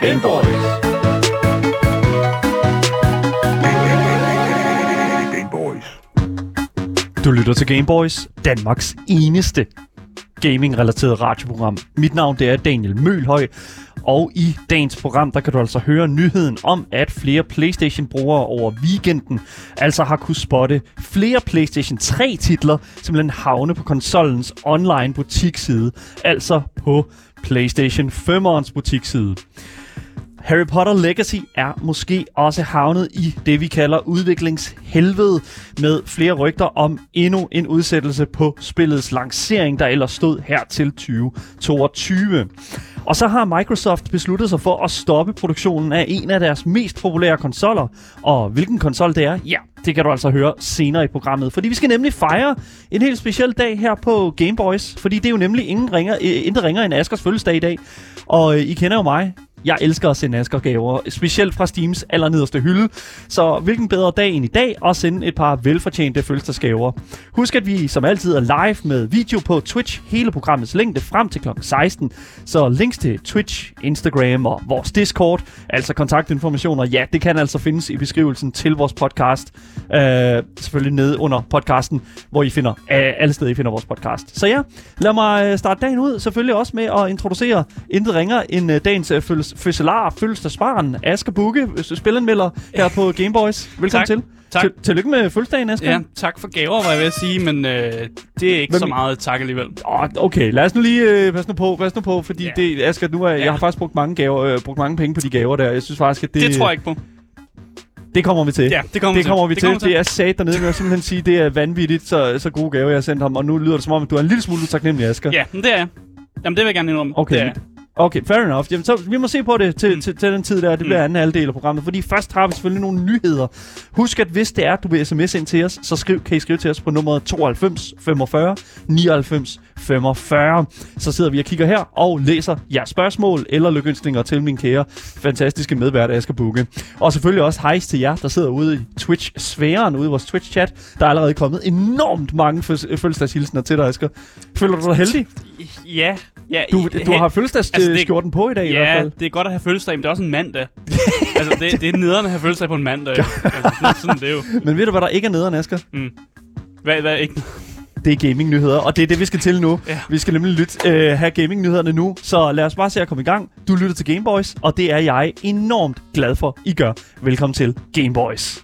Gameboys. Du lytter til Gameboys, Danmarks eneste gaming-relateret radioprogram. Mit navn det er Daniel Mølhøj, og i dagens program der kan du altså høre nyheden om, at flere PlayStation-brugere over weekenden altså har kunne spotte flere PlayStation 3-titler, simpelthen havne på konsollens online butiksside, altså på PlayStation 5'erens butiksside. Harry Potter Legacy er måske også havnet i det, vi kalder udviklingshelvede, med flere rygter om endnu en udsættelse på spillets lancering, der ellers stod her til 2022. Og så har Microsoft besluttet sig for at stoppe produktionen af en af deres mest populære konsoller. Og hvilken konsol det er, ja, det kan du altså høre senere i programmet. Fordi vi skal nemlig fejre en helt speciel dag her på Gameboys. Fordi det er jo nemlig intet ringer end Askers fødselsdag i dag. Og I kender jo mig. Jeg elsker at sende Asger-gaver, specielt fra Steams allernederste hylde. Så hvilken bedre dag end i dag at sende et par velfortjente fødselsdagsgaver. Husk, at vi som altid er live med video på Twitch hele programmets længde frem til kl. 16. Så links til Twitch, Instagram og vores Discord, altså kontaktinformationer, ja, det kan altså findes i beskrivelsen til vores podcast. Selvfølgelig nede under podcasten, hvor I finder alle steder, I finder vores podcast. Så ja, lad mig starte dagen ud, selvfølgelig også med at introducere intet ringer end dagens fødselsdagsbarn, Asger Bugge, spilanmelder her på Gameboys. Velkommen til. Tak. Tillykke med fødselsdagen, Asger. Ja, tak for gaver, var jeg ved at sige, men det er ikke så meget tak alligevel. Okay, lad os nu lige passe nu på, fordi det, Asger, nu er, jeg har faktisk brugt mange penge på de gaver der. Jeg synes faktisk, at det tror jeg ikke på. Det kommer vi til. Ja, det kommer vi til. Det er sat dernede, men jeg vil simpelthen sige, det er vanvittigt, så gode gaver, jeg har sendt ham. Og nu lyder det som om, at du er en lille smule utaknemmelig, Asger. Ja, det er jeg. Jamen, det vil jeg gerne indrømme. Okay, fair enough. Jamen, så vi må se på det til den tid der. Det bliver anden halvdel af programmet. Fordi først har vi selvfølgelig nogle nyheder. Husk, at hvis det er, at du vil sms ind til os, så kan I skrive til os på nummeret 92 45 99 45. Så sidder vi og kigger her og læser jeres spørgsmål eller lykønsninger til min kære fantastiske medvært Asger Bugge. Og selvfølgelig også hejs til jer, der sidder ude i Twitch-sfæren, ude i vores Twitch-chat. Der er allerede kommet enormt mange fødselsdagshilsener til dig, Asger. Føler du dig heldig? Ja. Du har fødselsdagsskjorten på i dag i hvert fald. Det er godt at have fødselsdag, men det er også en mandag. Altså, det er nederen at have fødselsdag på en mandag. Altså, sådan det er jo. Men ved du, hvad der ikke er nederen, Asger? Hvad er ikke? Det er gaming-nyheder, og det er det, vi skal til nu. Ja. Vi skal nemlig have gaming-nyhederne nu, så lad os bare se at komme i gang. Du lytter til Gameboys, og det er jeg enormt glad for, I gør. Velkommen til Gameboys.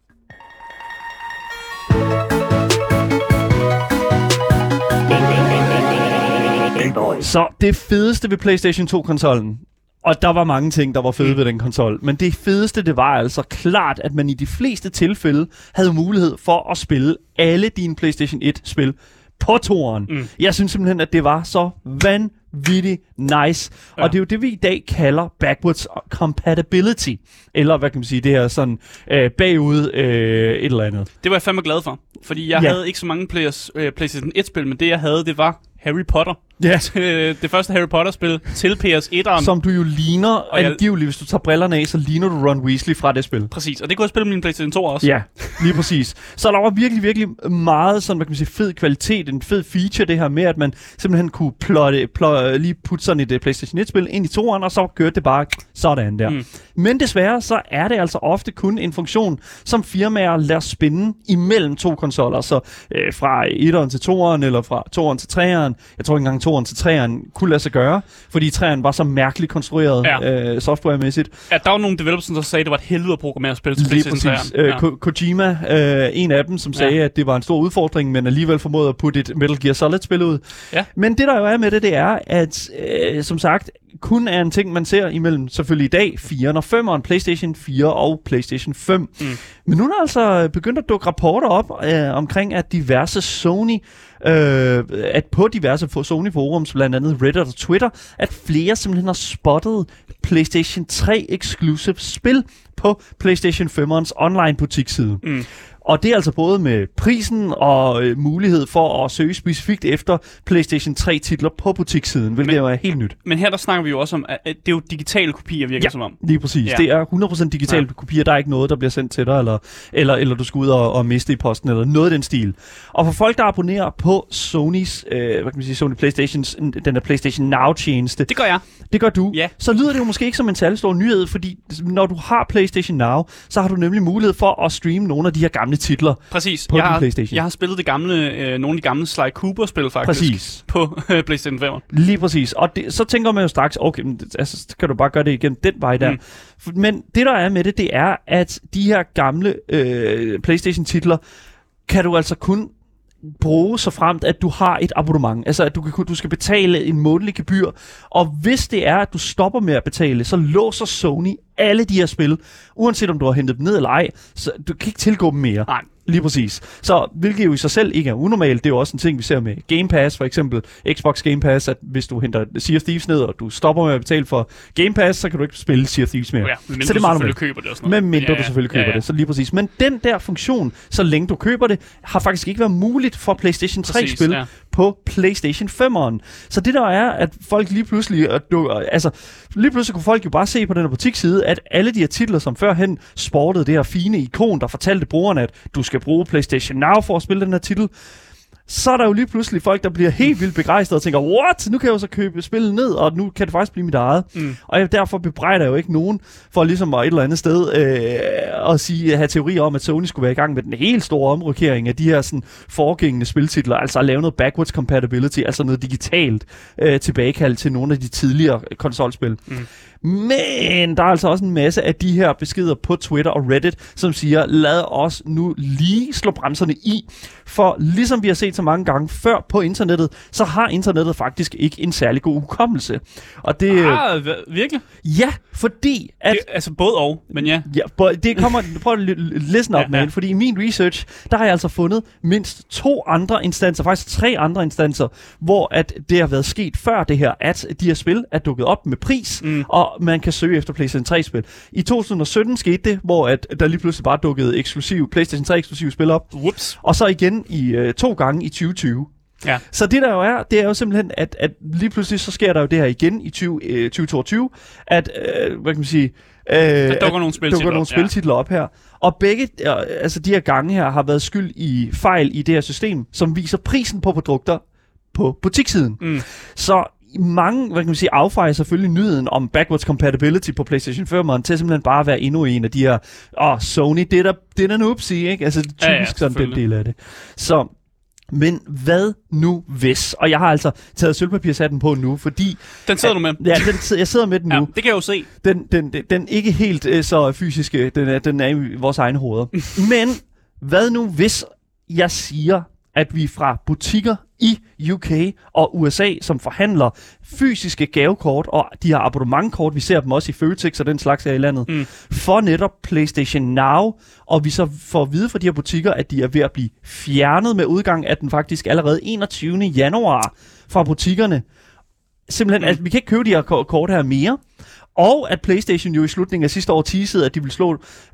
Så det fedeste ved PlayStation 2-konsollen, og der var mange ting, der var fede ved den konsol, men det fedeste, det var altså klart, at man i de fleste tilfælde havde mulighed for at spille alle dine PlayStation 1-spil på toeren. Jeg synes simpelthen, at det var så vanvittigt nice. Ja. Og det er jo det, vi i dag kalder backwards compatibility. Eller hvad kan man sige, det her sådan bagud et eller andet. Det var jeg fandme glad for, fordi jeg havde ikke så mange PlayStation 1-spil, men det jeg havde, det var Harry Potter. Ja. Det første Harry Potter-spil til PS1'eren. Som du jo ligner, angiveligt, hvis du tager brillerne af, så ligner du Ron Weasley fra det spil. Præcis, og det kunne jeg spille med min PlayStation 2 også. Ja, lige præcis. Så der var virkelig, virkelig meget sådan, hvad kan man sige, fed kvalitet, en fed feature, det her med, at man simpelthen kunne lige putte sådan et PlayStation 1-spil ind i toeren, og så kørte det bare sådan der. Men desværre, så er det altså ofte kun en funktion, som firmaer lader spænde imellem to konsoller. Så fra 1'eren til 2'eren, eller fra 2'eren til 3'eren. Jeg tror ikke engang 2'eren til 3'eren kunne lade sig gøre, fordi 3'eren var så mærkeligt konstrueret softwaremæssigt. Ja, der var nogle developers, der sagde, at det var et helvede at programmere spil til PlayStation 3'eren. Kojima, en af dem, som sagde, at det var en stor udfordring, men alligevel formåede at putte et Metal Gear Solid-spil ud. Ja. Men det, der jo er med det er, at som sagt, kun er en ting, man ser imellem selvfølgelig i dag 4'eren og 5'eren, PlayStation 4 og PlayStation 5. Men nu er der altså begyndt at dukke rapporter op omkring, at diverse Sony, at på diverse Sony-forums, blandt andet Reddit og Twitter, at flere simpelthen har spottet PlayStation 3 exclusive spil på PlayStation 5'erens online butiksside. Og det er altså både med prisen og mulighed for at søge specifikt efter PlayStation 3-titler på butikssiden, hvilket er helt nyt. Men her der snakker vi jo også om, at det er jo digitale kopier, virker som om. Lige præcis. Ja. Det er 100% digitale kopier. Der er ikke noget, der bliver sendt til dig, eller du skal ud og miste i posten, eller noget af den stil. Og for folk, der abonnerer på Sonys, Sony PlayStations, den der PlayStation Now-tjeneste. Det gør jeg. Det gør du. Ja. Så lyder det jo måske ikke som en særlig stor nyhed, fordi når du har PlayStation Now, så har du nemlig mulighed for at streame nogle af de her gamle titler. Præcis. På din PlayStation. Jeg har spillet nogle af de gamle Sly Cooper-spil faktisk. Præcis. På PlayStation 5. Lige præcis. Og så tænker man jo straks, okay, så kan du bare gøre det igennem den vej der. Men det der er med det er, at de her gamle PlayStation-titler kan du altså kun bruge så fremt, at du har et abonnement. Altså, at du skal betale en månedlig gebyr. Og hvis det er, at du stopper med at betale, så låser Sony alle de her spil, uanset om du har hentet dem ned eller ej, så du kan ikke tilgå dem mere. Nej. Lige præcis. Så hvilket jo i sig selv ikke er unormalt. Det er jo også en ting, vi ser med Game Pass, for eksempel Xbox Game Pass, at hvis du henter Sea of Thieves ned, og du stopper med at betale for Game Pass, så kan du ikke spille Sea of Thieves mere. Ja, så det er meget normalt. Køber det og sådan noget. Medmindre du selvfølgelig køber det, så lige præcis. Men den der funktion, så længe du køber det, har faktisk ikke været muligt for PlayStation 3-spil på PlayStation 5'eren. Så det der er, at folk lige pludselig kunne folk jo bare se på den her butiksside, at alle de her titler, som førhen sportede det her fine ikon, der fortalte brugerne, at du skal bruge PlayStation Now for at spille den her titel, så er der jo lige pludselig folk, der bliver helt vildt begejstrede og tænker, what? Nu kan jeg jo så købe spillet ned, og nu kan det faktisk blive mit eget. Og jeg derfor bebrejder jo ikke nogen for ligesom et eller andet sted at have teorier om, at Sony skulle være i gang med den helt store omrokering af de her sådan foregængende spiltitler, altså at lave noget backwards compatibility, altså noget digitalt tilbagekald til nogle af de tidligere konsolspil. Men der er altså også en masse af de her beskeder på Twitter og Reddit, som siger, lad os nu lige slå bremserne i, for ligesom vi har set så mange gange før på internettet, så har internettet faktisk ikke en særlig god hukommelse. Og det virkelig? Ja, fordi at altså både og, men ja. Det kommer, prøv at listen op, man, fordi i min research, der har jeg altså fundet mindst 2 andre instanser, faktisk 3 andre instanser, hvor at det har været sket før det her, at de her spil er dukket op med pris, og man kan søge efter PlayStation 3-spil. I 2017 skete det, hvor at der lige pludselig bare dukkede PlayStation 3-eksklusive spil op. Whoops. Og så igen i 2 gange i 2020. Ja. Så det der jo er, det er jo simpelthen, at lige pludselig så sker der jo det her igen i 2022, at, hvad kan man sige, der dukker nogle spiltitler op her. Og begge, altså de her gange her, har været skyld i fejl i det her system, som viser prisen på produkter på butikssiden. Så mange, hvad kan man sige, affejer selvfølgelig nyheden om backwards compatibility på PlayStation 5'eren til simpelthen bare at være endnu en af de her, Sony, det er en upsie, ikke? Altså det er typisk sådan den del af det. Så, men hvad nu hvis? Og jeg har altså taget sølvpapirshatten på nu, fordi... Den sidder du med? Ja, jeg sidder med den nu. Ja, det kan jeg jo se. Den ikke helt så fysiske, den er i vores egne hoveder. Men hvad nu hvis jeg siger, at vi fra butikker i UK og USA, som forhandler fysiske gavekort, og de har abonnementkort, vi ser dem også i Føtex og den slags her i landet, for netop PlayStation Now, og vi så får at vide fra de her butikker, at de er ved at blive fjernet med udgang af den faktisk allerede 21. januar fra butikkerne. Simpelthen, at vi kan ikke købe de her kort her mere. Og at PlayStation jo i slutningen af sidste år teasede, at de ville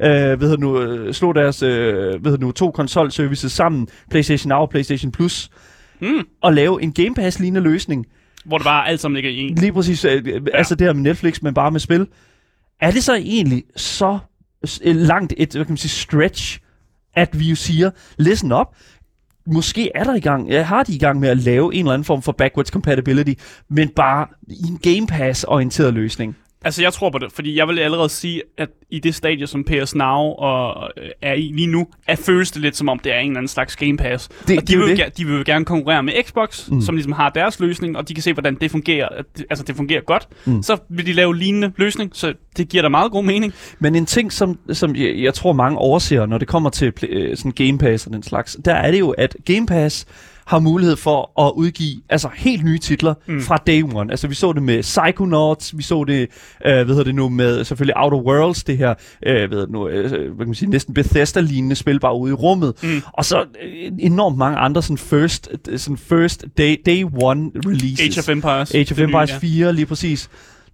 slå deres 2 konsolservices sammen, PlayStation Now og PlayStation Plus, og lave en Game Pass-lignende løsning. Hvor det bare alt sammen ligger i en. Lige præcis, altså det her med Netflix, men bare med spil. Er det så egentlig så langt et, hvad kan man sige, stretch, at vi jo siger, listen up, måske har de i gang med at lave en eller anden form for backwards compatibility, men bare i en Game Pass-orienteret løsning? Altså, jeg tror på det, fordi jeg vil allerede sige, at i det stadie, som PS Now er i lige nu, føles det lidt som om, det er en eller anden slags Game Pass. Og de vil jo gerne konkurrere med Xbox, som ligesom har deres løsning, og de kan se, hvordan det fungerer. Altså, det fungerer godt. Så vil de lave lignende løsning, så det giver da meget god mening. Men en ting, som jeg tror, mange overser, når det kommer til sådan Game Pass og den slags, der er det jo, at Game Pass har mulighed for at udgive altså helt nye titler fra day one. Altså vi så det med Psychonauts, vi så det med selvfølgelig Outer Worlds, det her hvad kan man sige, næsten Bethesda-lignende spil bare ude i rummet. Og så enormt mange andre sådan first day one releases. Age of Empires 4 lige præcis.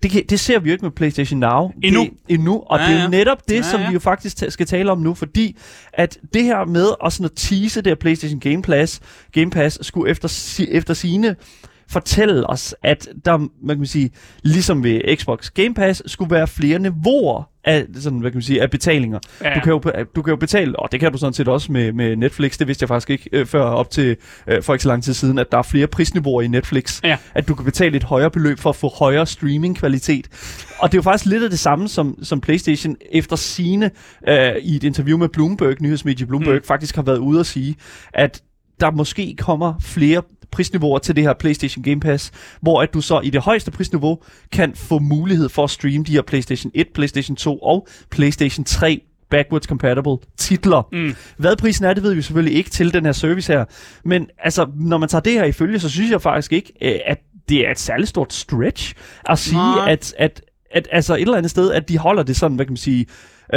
det ser vi jo ikke med PlayStation Now. Endnu. Og det er jo netop det, som vi jo faktisk skal tale om nu, fordi at det her med at tease der PlayStation Game Pass skulle efter sine fortælle os, at der, man kan sige, ligesom ved Xbox Game Pass, skulle være flere niveauer af, sådan, hvad kan man sige, af betalinger. Ja. Du kan jo betale, og det kan du sådan set også med Netflix, det vidste jeg faktisk ikke før op til for ikke så lang tid siden, at der er flere prisniveauer i Netflix. Ja. At du kan betale et højere beløb for at få højere streaming-kvalitet. Og det er jo faktisk lidt af det samme, som PlayStation efter sine i et interview med Bloomberg, nyhedsmedie Bloomberg, faktisk har været ude at sige, at der måske kommer flere prisniveauer til det her PlayStation Game Pass, hvor at du så i det højeste prisniveau kan få mulighed for at streame de her PlayStation 1, PlayStation 2 og PlayStation 3 backwards compatible titler. Hvad prisen er, det ved vi selvfølgelig ikke til den her service her, men altså, når man tager det her i følge, så synes jeg faktisk ikke, at det er et særligt stort stretch at sige, at altså et eller andet sted, at de holder det sådan, hvad kan man sige,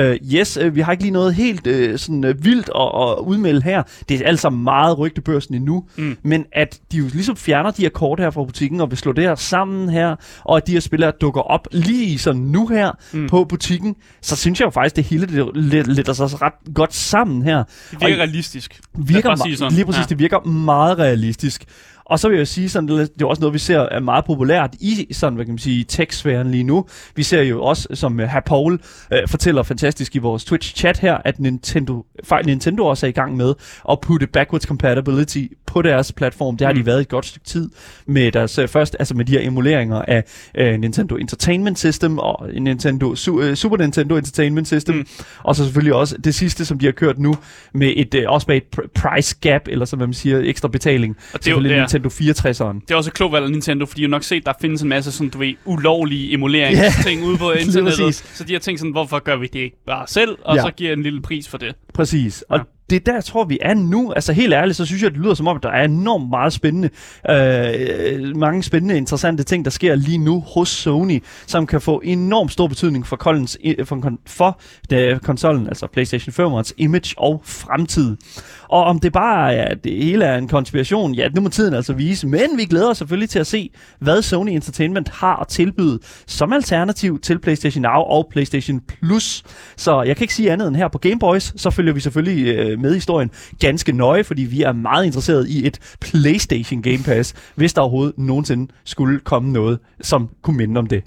vi har ikke lige noget helt vildt at udmelde her. Det er altså meget rygtebørsen endnu, men at de jo ligesom fjerner de her kort her fra butikken og vil slå det her sammen her, og at de her spillere dukker op lige sådan nu her på butikken, så synes jeg jo faktisk, det hele letter sig ret godt sammen her. Det virker realistisk. Lige præcis, det virker meget realistisk. Og så vil jeg sige, sådan, det er også noget, vi ser er meget populært i sådan, hvad kan man sige, tech-sfæren lige nu. Vi ser jo også, som hr. Paul fortæller fantastisk i vores Twitch-chat her, at Nintendo også er i gang med at putte backwards compatibility på deres platform. Det har de været et godt stykke tid med deres altså med de her emuleringer af Nintendo Entertainment System og Super Nintendo Entertainment System. Og så selvfølgelig også det sidste, som de har kørt nu med også med et price gap, eller som man siger, ekstra betaling. Og det er jo Nintendo 64'eren. Det er også et klogt valg af Nintendo, fordi jeg nok set, der findes en masse sådan, du ved, ulovlige emuleringsting ude på internettet. Så de har tænkt sådan, hvorfor gør vi det ikke bare selv, og så giver en lille pris for det. Præcis. Og det er der, tror vi er nu. Altså helt ærligt, så synes jeg, det lyder som om, at der er enormt meget spændende, mange spændende, interessante ting, der sker lige nu hos Sony, som kan få enormt stor betydning for konsollen, altså PlayStation 5'ernes image og fremtid. Og om det bare er, det hele er en konspiration, ja, det må tiden altså vise. Men vi glæder os selvfølgelig til at se, hvad Sony Entertainment har at tilbyde som alternativ til PlayStation Now og PlayStation Plus. Så jeg kan ikke sige andet end her på Game Boys, så følger vi selvfølgelig med historien ganske nøje, fordi vi er meget interesseret i et PlayStation Game Pass, hvis der overhovedet nogensinde skulle komme noget, som kunne minde om det.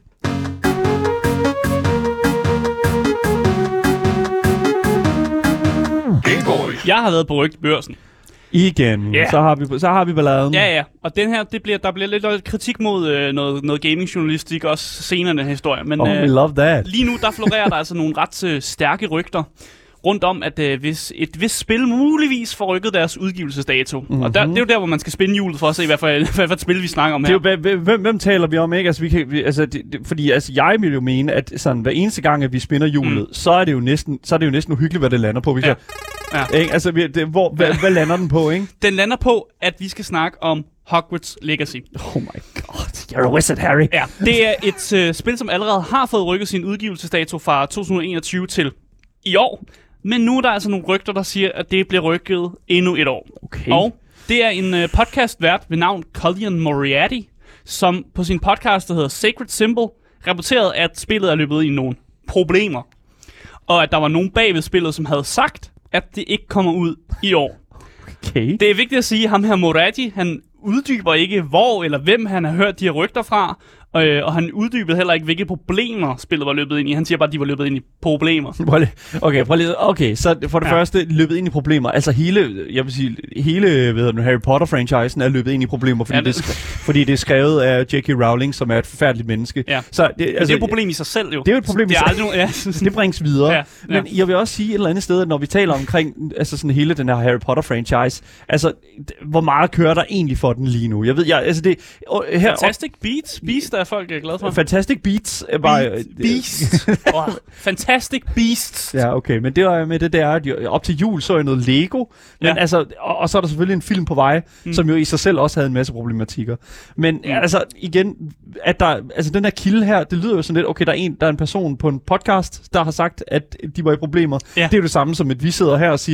Jeg har været på rygtebørsen. Igen. Yeah. Så har vi balladen. Ja. Og den her, der bliver lidt kritik mod noget gaming-journalistik også senere i den her historie. Men we love that. Lige nu, der florerer der altså nogle ret stærke rygter rundt om, at hvis et vist spil muligvis får rykket deres udgivelsesdato. Og det er jo der, hvor man skal spænde hjulet for at se, hvad for et spil vi snakker om her. Det er jo, hvem taler vi om, ikke? Altså, fordi jeg vil jo mene, at sådan, hver eneste gang, at vi spænder hjulet, så er det jo næsten uhyggeligt, hvad det lander på. Hvis ikke? Altså, hvad lander den på, ikke? Den lander på, at vi skal snakke om Hogwarts Legacy. Oh my god, you're a wizard, Harry. Ja, det er et spil, som allerede har fået rykket sin udgivelsesdato fra 2021 til i år. Men nu er der altså nogle rygter, der siger, at det bliver rykket endnu et år. Okay. Og det er en podcastvært ved navn Colin Moriarty, som på sin podcast, der hedder Sacred Symbol, rapporterede, at spillet er løbet i nogle problemer. Og at der var nogen bag ved spillet, som havde sagt, at det ikke kommer ud i år. Okay. Det er vigtigt at sige, at ham her Moriarty, han uddyber ikke, hvor eller hvem han har hørt de her rygter fra, og han uddybede heller ikke, hvilke problemer spillet var løbet ind i. Han siger bare, at de var løbet ind i problemer. Okay, så for det første løbet ind i problemer. Altså hele Harry Potter-franchisen er løbet ind i problemer, fordi det er skrevet af J.K. Rowling, som er et forfærdeligt menneske. Ja. Så det er et problem i sig selv jo. Det er jo et problem i sig selv. Det bringes videre. Ja. Men jeg vil også sige et eller andet sted, at når vi taler omkring altså sådan hele den her Harry Potter-franchise, altså hvor meget kører der egentlig for den lige nu? Fantastic Beasts er folk glade for. Fantastic Beasts er bare... Beast. Fantastic Beasts. Ja, okay, men det var med det der, at op til jul så jeg noget Lego, men altså, og så er der selvfølgelig en film på vej, som jo i sig selv også havde en masse problematikker. Men altså, igen, at der, altså den her kilde her, det lyder jo sådan lidt, okay, der er en person på en podcast, der har sagt, at de var i problemer. Ja. Det er jo det samme som, at vi sidder her og siger,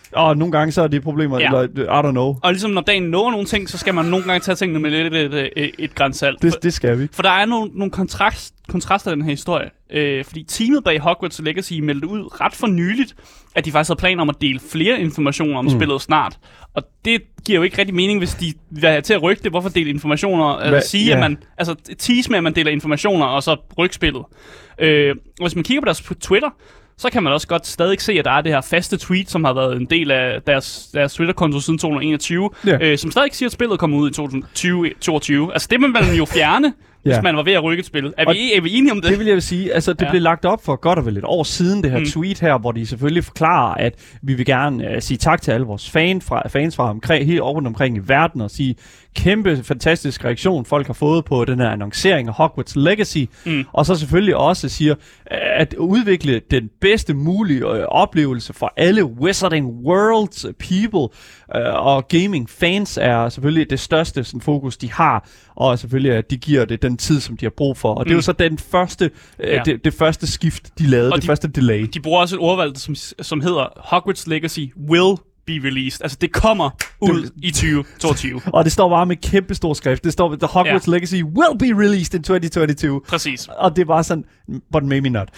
Og nogle gange så er det problemer, eller I don't know. Og ligesom når dagen når nogle ting, så skal man nogle gange tage tingene med lidt et gran salt. Det skal vi. For der er nogle kontraster i den her historie. Fordi teamet bag Hogwarts Legacy meldte ud ret for nyligt, at de faktisk havde planer om at dele flere informationer om spillet snart. Og det giver jo ikke rigtig mening, hvis de vil have til at rykke det. Hvorfor dele informationer? At man, altså tease med, at man deler informationer, og så rykke spillet. Hvis man kigger på deres Twitter, så kan man også godt stadig se, at der er det her faste tweet, som har været en del af deres Twitter-konto siden 2021, som stadig siger, at spillet kommer ud i 2022. Altså det vil man jo fjerne, hvis man var ved at rykke et spil. Er vi enige om det? Det vil jeg sige. Altså, det blev lagt op for godt og vel et år siden, det her tweet her, hvor de selvfølgelig forklarer, at vi vil gerne sige tak til alle vores fans fra omkring, helt rundt omkring i verden, og sige kæmpe, fantastisk reaktion, folk har fået på den her annoncering af Hogwarts Legacy. Og så selvfølgelig også siger, at udvikle den bedste mulige oplevelse for alle Wizarding Worlds people og gaming fans er selvfølgelig det største sådan, fokus, de har, og selvfølgelig, at de giver det den tid, som de har brug for. Og det er jo så den første, det første skift, de lavede, og første delay. De bruger også et ordvalg, som hedder Hogwarts Legacy will be released. Altså, det kommer ud i 2022. Og det står bare med kæmpe stor skrift. Det står, the Hogwarts Legacy will be released in 2022. Præcis. Og det var sådan, but maybe not.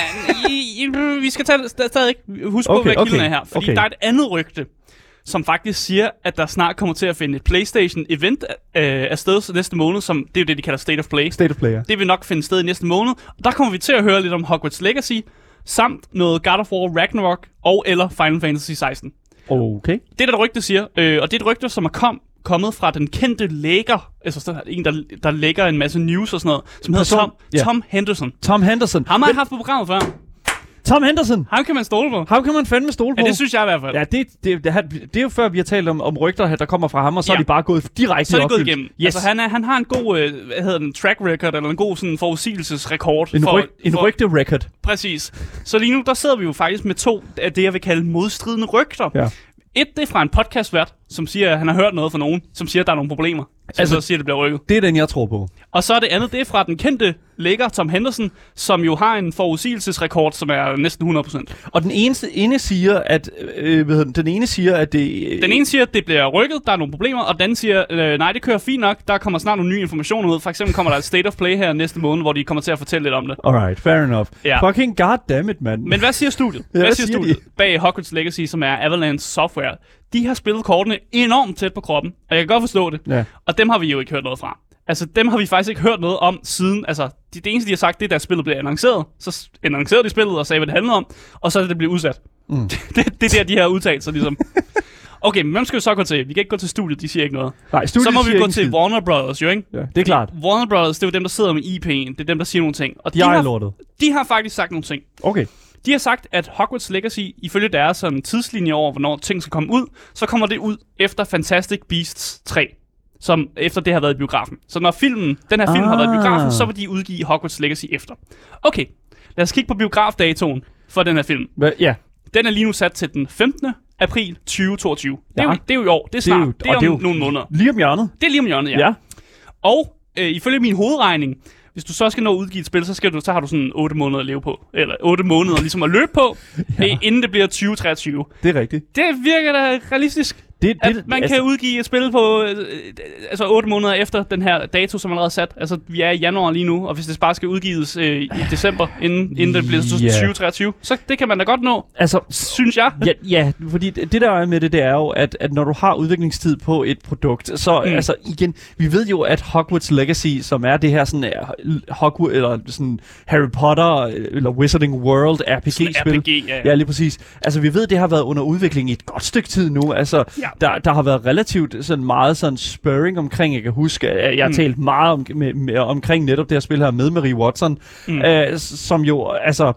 Vi skal tage det stadig. Husk på, hvad kilden er her. Fordi der er et andet rygte, som faktisk siger, at der snart kommer til at finde et PlayStation-event afsted næste måned, som det er jo det, de kalder State of Play. State of Play, ja. Det vil nok finde sted i næste måned. Og der kommer vi til at høre lidt om Hogwarts Legacy, samt noget God of War Ragnarok og eller Final Fantasy 16. Okay. Det er der rygte siger, og det er et rygte, som er kommet fra den kendte lækker, altså en, der lægger en masse news og sådan noget, som hedder Tom Henderson. Tom Henderson. Ham har jeg haft på programmet før. Tom Henderson. Ham kan man stole på. Ham kan man fandme stole på. Ja, det synes jeg i hvert fald. Ja, det er jo før, vi har talt om rygter, der kommer fra ham, og så er de bare gået direkte i opfyldt. Så er de gået igennem. Yes. Altså, han har en god, track record, eller en god sådan forudsigelsesrekord. En rygte-record. Præcis. Så lige nu, der sidder vi jo faktisk med to af det, jeg vil kalde modstridende rygter. Ja. Et, det er fra en podcastvært, som siger, at han har hørt noget fra nogen, som siger, at der er nogle problemer. Så siger, at det bliver rykket. Det er den, jeg tror på. Og så er det andet, det er fra den kendte lægger, Tom Henderson, som jo har en forudsigelsesrekord, som er næsten 100%. Og den ene siger, at den ene siger, at det bliver rykket, der er nogle problemer, og den anden siger, nej, det kører fint nok, der kommer snart nogle nye informationer ud. For eksempel kommer der et State of Play her næste måned, hvor de kommer til at fortælle lidt om det. Alright, fair enough. Ja. Fucking goddammit, mand. Men hvad siger studiet? Hvad siger studiet bag Hogwarts Legacy, som er Avalanche Software? De har spillet kortene enormt tæt på kroppen, og jeg kan godt forstå det. Ja. Og dem har vi jo ikke hørt noget fra. Altså, dem har vi faktisk ikke hørt noget om siden. Altså, det eneste, de har sagt, det er, da spillet blev annonceret. Så annoncerede de spillet og sagde, hvad det handlede om. Og så er det blevet udsat. Det er der, de har udtalt sig ligesom. Okay, men hvem skal vi så gå til? Vi kan ikke gå til studiet, de siger ikke noget. Nej, så må vi gå til Warner Brothers, jo ikke? Ja, det er klart. Warner Brothers, det er jo dem, der sidder med IP'en. Det er dem, der siger nogle ting. Og de har faktisk sagt nogle ting. Okay. De har sagt, at Hogwarts Legacy, ifølge deres sådan tidslinje over, hvornår ting skal komme ud, så kommer det ud efter Fantastic Beasts 3, som efter det har været i biografen. Så når den her film har været i biografen, så vil de udgive Hogwarts Legacy efter. Okay, lad os kigge på biografdatoen for den her film. Ja. Den er lige nu sat til den 15. april 2022. Det er jo i år, det er snart, det er om nogle måneder. Lige om hjørnet. Det er lige om hjørnet, ja. Og ifølge min hovedregning, hvis du så skal nå at udgive et spil, så har du sådan 8 måneder at leve på. Eller 8 måneder ligesom at løbe på, inden det bliver 2023. Det er rigtigt. Det virker da realistisk. At man kan udgive et spil på 8 måneder efter den her dato, som allerede er sat. Altså, vi er i januar lige nu, og hvis det bare skal udgives i december, inden det bliver 2023, så det kan man da godt nå, altså, synes jeg. Ja, fordi det der er med det er jo, at når du har udviklingstid på et produkt, så altså igen, vi ved jo, at Hogwarts Legacy, som er det her sådan Hogwarts, eller sådan Harry Potter, eller Wizarding World RPG-spil. RPG, ja, lige præcis. Altså, vi ved, det har været under udvikling i et godt stykke tid nu, altså. Der har været relativt sådan meget sådan spurring omkring, jeg kan huske, at jeg har talt meget omkring netop det her spil her med Marie Watson, som jo altså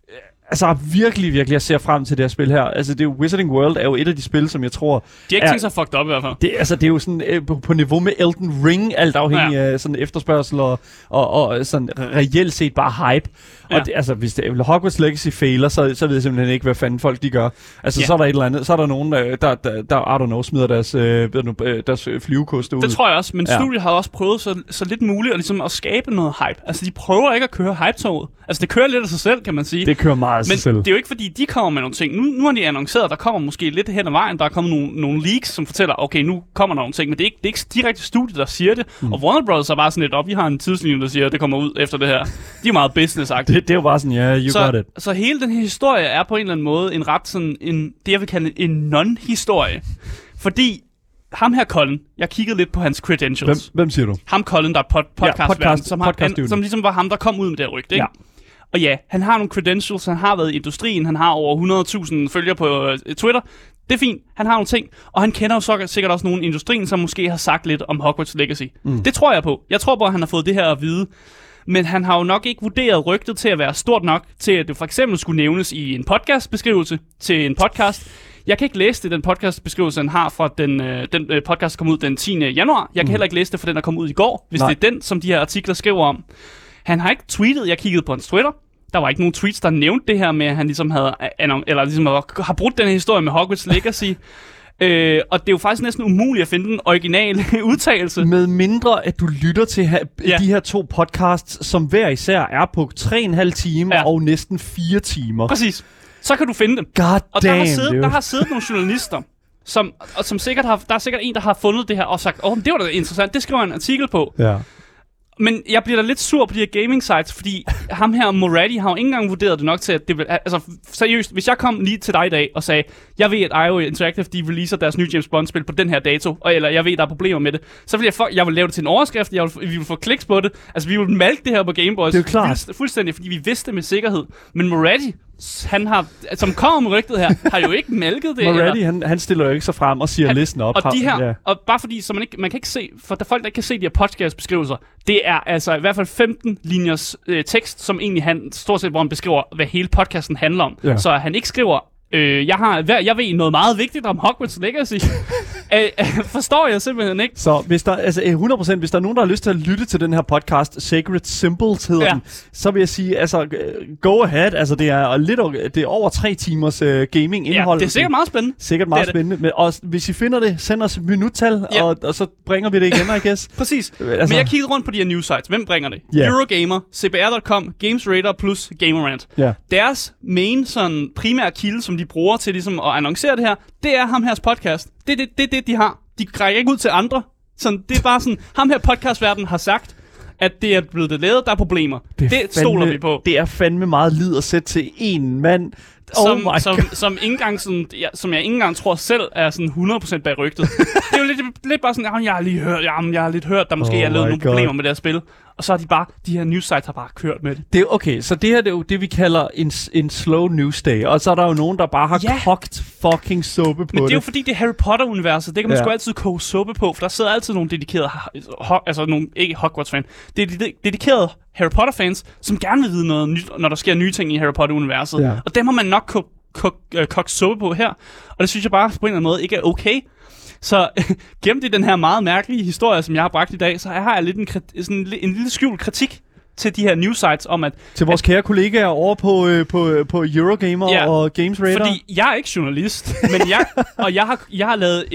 virkelig, jeg ser frem til det her spil her. Altså, det er jo, Wizarding World er jo et af de spil, som jeg tror... De har ikke tænkt sig fucked up i hvert fald. Det er jo sådan på niveau med Elden Ring, alt afhængig af sådan efterspørgsel og sådan reelt set bare hype. Ja. Og det, altså, hvis Hogwarts Legacy fejler, så ved jeg simpelthen ikke, hvad fanden folk de gør. Altså, så er der et eller andet, så er der nogen, der I don't know, smider deres flyvekoster ud. Det tror jeg også, men studiet har også prøvet så lidt muligt at skabe noget hype. Altså, de prøver ikke at køre hype-toget. Altså, det kører lidt af sig selv, kan man sige. Det kører meget meget af sig selv. Men det er jo ikke, fordi de kommer med nogle ting. Nu har de annonceret, at der kommer måske lidt hen ad vejen. Der er kommet nogle leaks, som fortæller, okay, nu kommer der nogle ting. Men det er ikke direkte studiet, der siger det. Og Warner Bros. Er bare sådan lidt op. Vi har en tidslinje, der siger, at det kommer ud efter det her. De er meget business-agtige. Det er jo bare sådan, ja, you got it. Så hele den her historie er på en eller anden måde en ret sådan, det jeg vil kalde en non-historie. Fordi ham her Colin, jeg kiggede lidt på hans credentials. Hvem siger du? Ham Colin, der er podcast, som ligesom var ham, der kom ud med det rygte, ikke? Ja. Og ja, han har nogle credentials, han har været i industrien, han har over 100.000 følgere på Twitter. Det er fint, han har nogle ting, og han kender jo så sikkert også nogen i industrien, som måske har sagt lidt om Hogwarts Legacy. Det tror jeg på. Jeg tror på, at han har fået det her at vide. Men han har jo nok ikke vurderet rygtet til at være stort nok, til at det for eksempel skulle nævnes i en podcastbeskrivelse til en podcast. Jeg kan ikke læse det, den podcastbeskrivelse, han har fra den podcast, der kom ud den 10. januar. Jeg kan heller ikke læse det, for den der kom ud i går, hvis det er den, som de her artikler skriver om. Han har ikke tweetet, jeg kiggede på hans Twitter. Der var ikke nogen tweets, der nævnte det her med, at han ligesom har brudt den her historie med Hogwarts Legacy. Og det er jo faktisk næsten umuligt at finde den originale udtalelse. Med mindre, at du lytter til de her 2 podcasts, som hver især er på 3,5 timer og næsten 4 timer. Præcis. Så kan du finde dem. God og damn, der har siddet nogle journalister, som sikkert har... Der er sikkert en, der har fundet det her og sagt, det var da interessant, det skriver en artikel på. Ja. Men jeg bliver da lidt sur på de her gaming sites, fordi ham her, Moratti, har jo ikke engang vurderet det nok til, at det vil... Altså, seriøst, hvis jeg kom lige til dig i dag og sagde, jeg ved, at IO Interactive, de releaser deres nye James Bond-spil på den her dato, eller jeg ved, der er problemer med det, så vil jeg vil lave det til en overskrift, vi vil få kliks på det. Altså, vi vil malke det her på Game Boys. Det er jo klart. Fuldstændig, fordi vi vidste det med sikkerhed. Men Moratti, han har, som kommer med rygtet her, har jo ikke malket det. Moratti, han stiller jo ikke så frem og siger listen op. Og de her, og bare fordi, så man kan ikke se, for der folk, der ikke kan se de her podcast-beskrivelser, det er altså i hvert fald 15 linjers tekst, som egentlig stort set, hvor han beskriver, hvad hele podcasten handler om. Ja. Så han ikke skriver, jeg ved noget meget vigtigt om Hogwarts Legacy. Forstår jeg simpelthen ikke. Så hvis der, altså 100%, hvis der er nogen, der har lyst til at lytte til den her podcast, Sacred Symbols hedder den, så vil jeg sige, altså go ahead, altså det er over 3 timers gaming-indhold. Ja, det er sikkert meget spændende. Sikkert meget spændende. Men også, hvis I finder det, send os et minuttal, og så bringer vi det igen, I guess. Præcis. Altså, men jeg kiggede rundt på de her news sites. Hvem bringer det? Eurogamer, CBR.com, Games Radar plus Gamerant. Deres main sådan primære kilde, som de bruger til ligesom at annoncere det her, det er ham hers podcast. Det er det, de har. De rækker ikke ud til andre. Sådan, det er bare sådan, ham her podcastverden har sagt, at det er blevet det lavet, der er problemer. Det stoler vi på. Det er fandme meget lid at sætte til en mand. Som jeg ikke engang tror selv er sådan 100% bag rygtet. Det er jo lidt bare sådan, jeg har lidt hørt, der måske er lavet nogle problemer med det her spil. Og så har de her news sites har bare kørt med det. Det er okay, så det her det er jo det, vi kalder en slow news day. Og så er der jo nogen, der bare har kogt fucking suppe på det. Men det er jo fordi, det er Harry Potter-universet. Det kan man sgu altid koge suppe på, for der sidder altid nogle dedikerede, altså nogle ikke Hogwarts-fans, dedikerede Harry Potter-fans, som gerne vil vide noget nyt, når der sker nye ting i Harry Potter-universet. Ja. Og dem har man nok kogt suppe på her. Og det synes jeg bare på en eller anden måde ikke er okay. Så gemt i den her meget mærkelige historie, som jeg har bragt i dag, så har jeg lidt en lille skjult kritik til de her news sites om at... Til vores kære kollegaer over på Eurogamer og Games Radar. Fordi jeg er ikke journalist, men jeg har lavet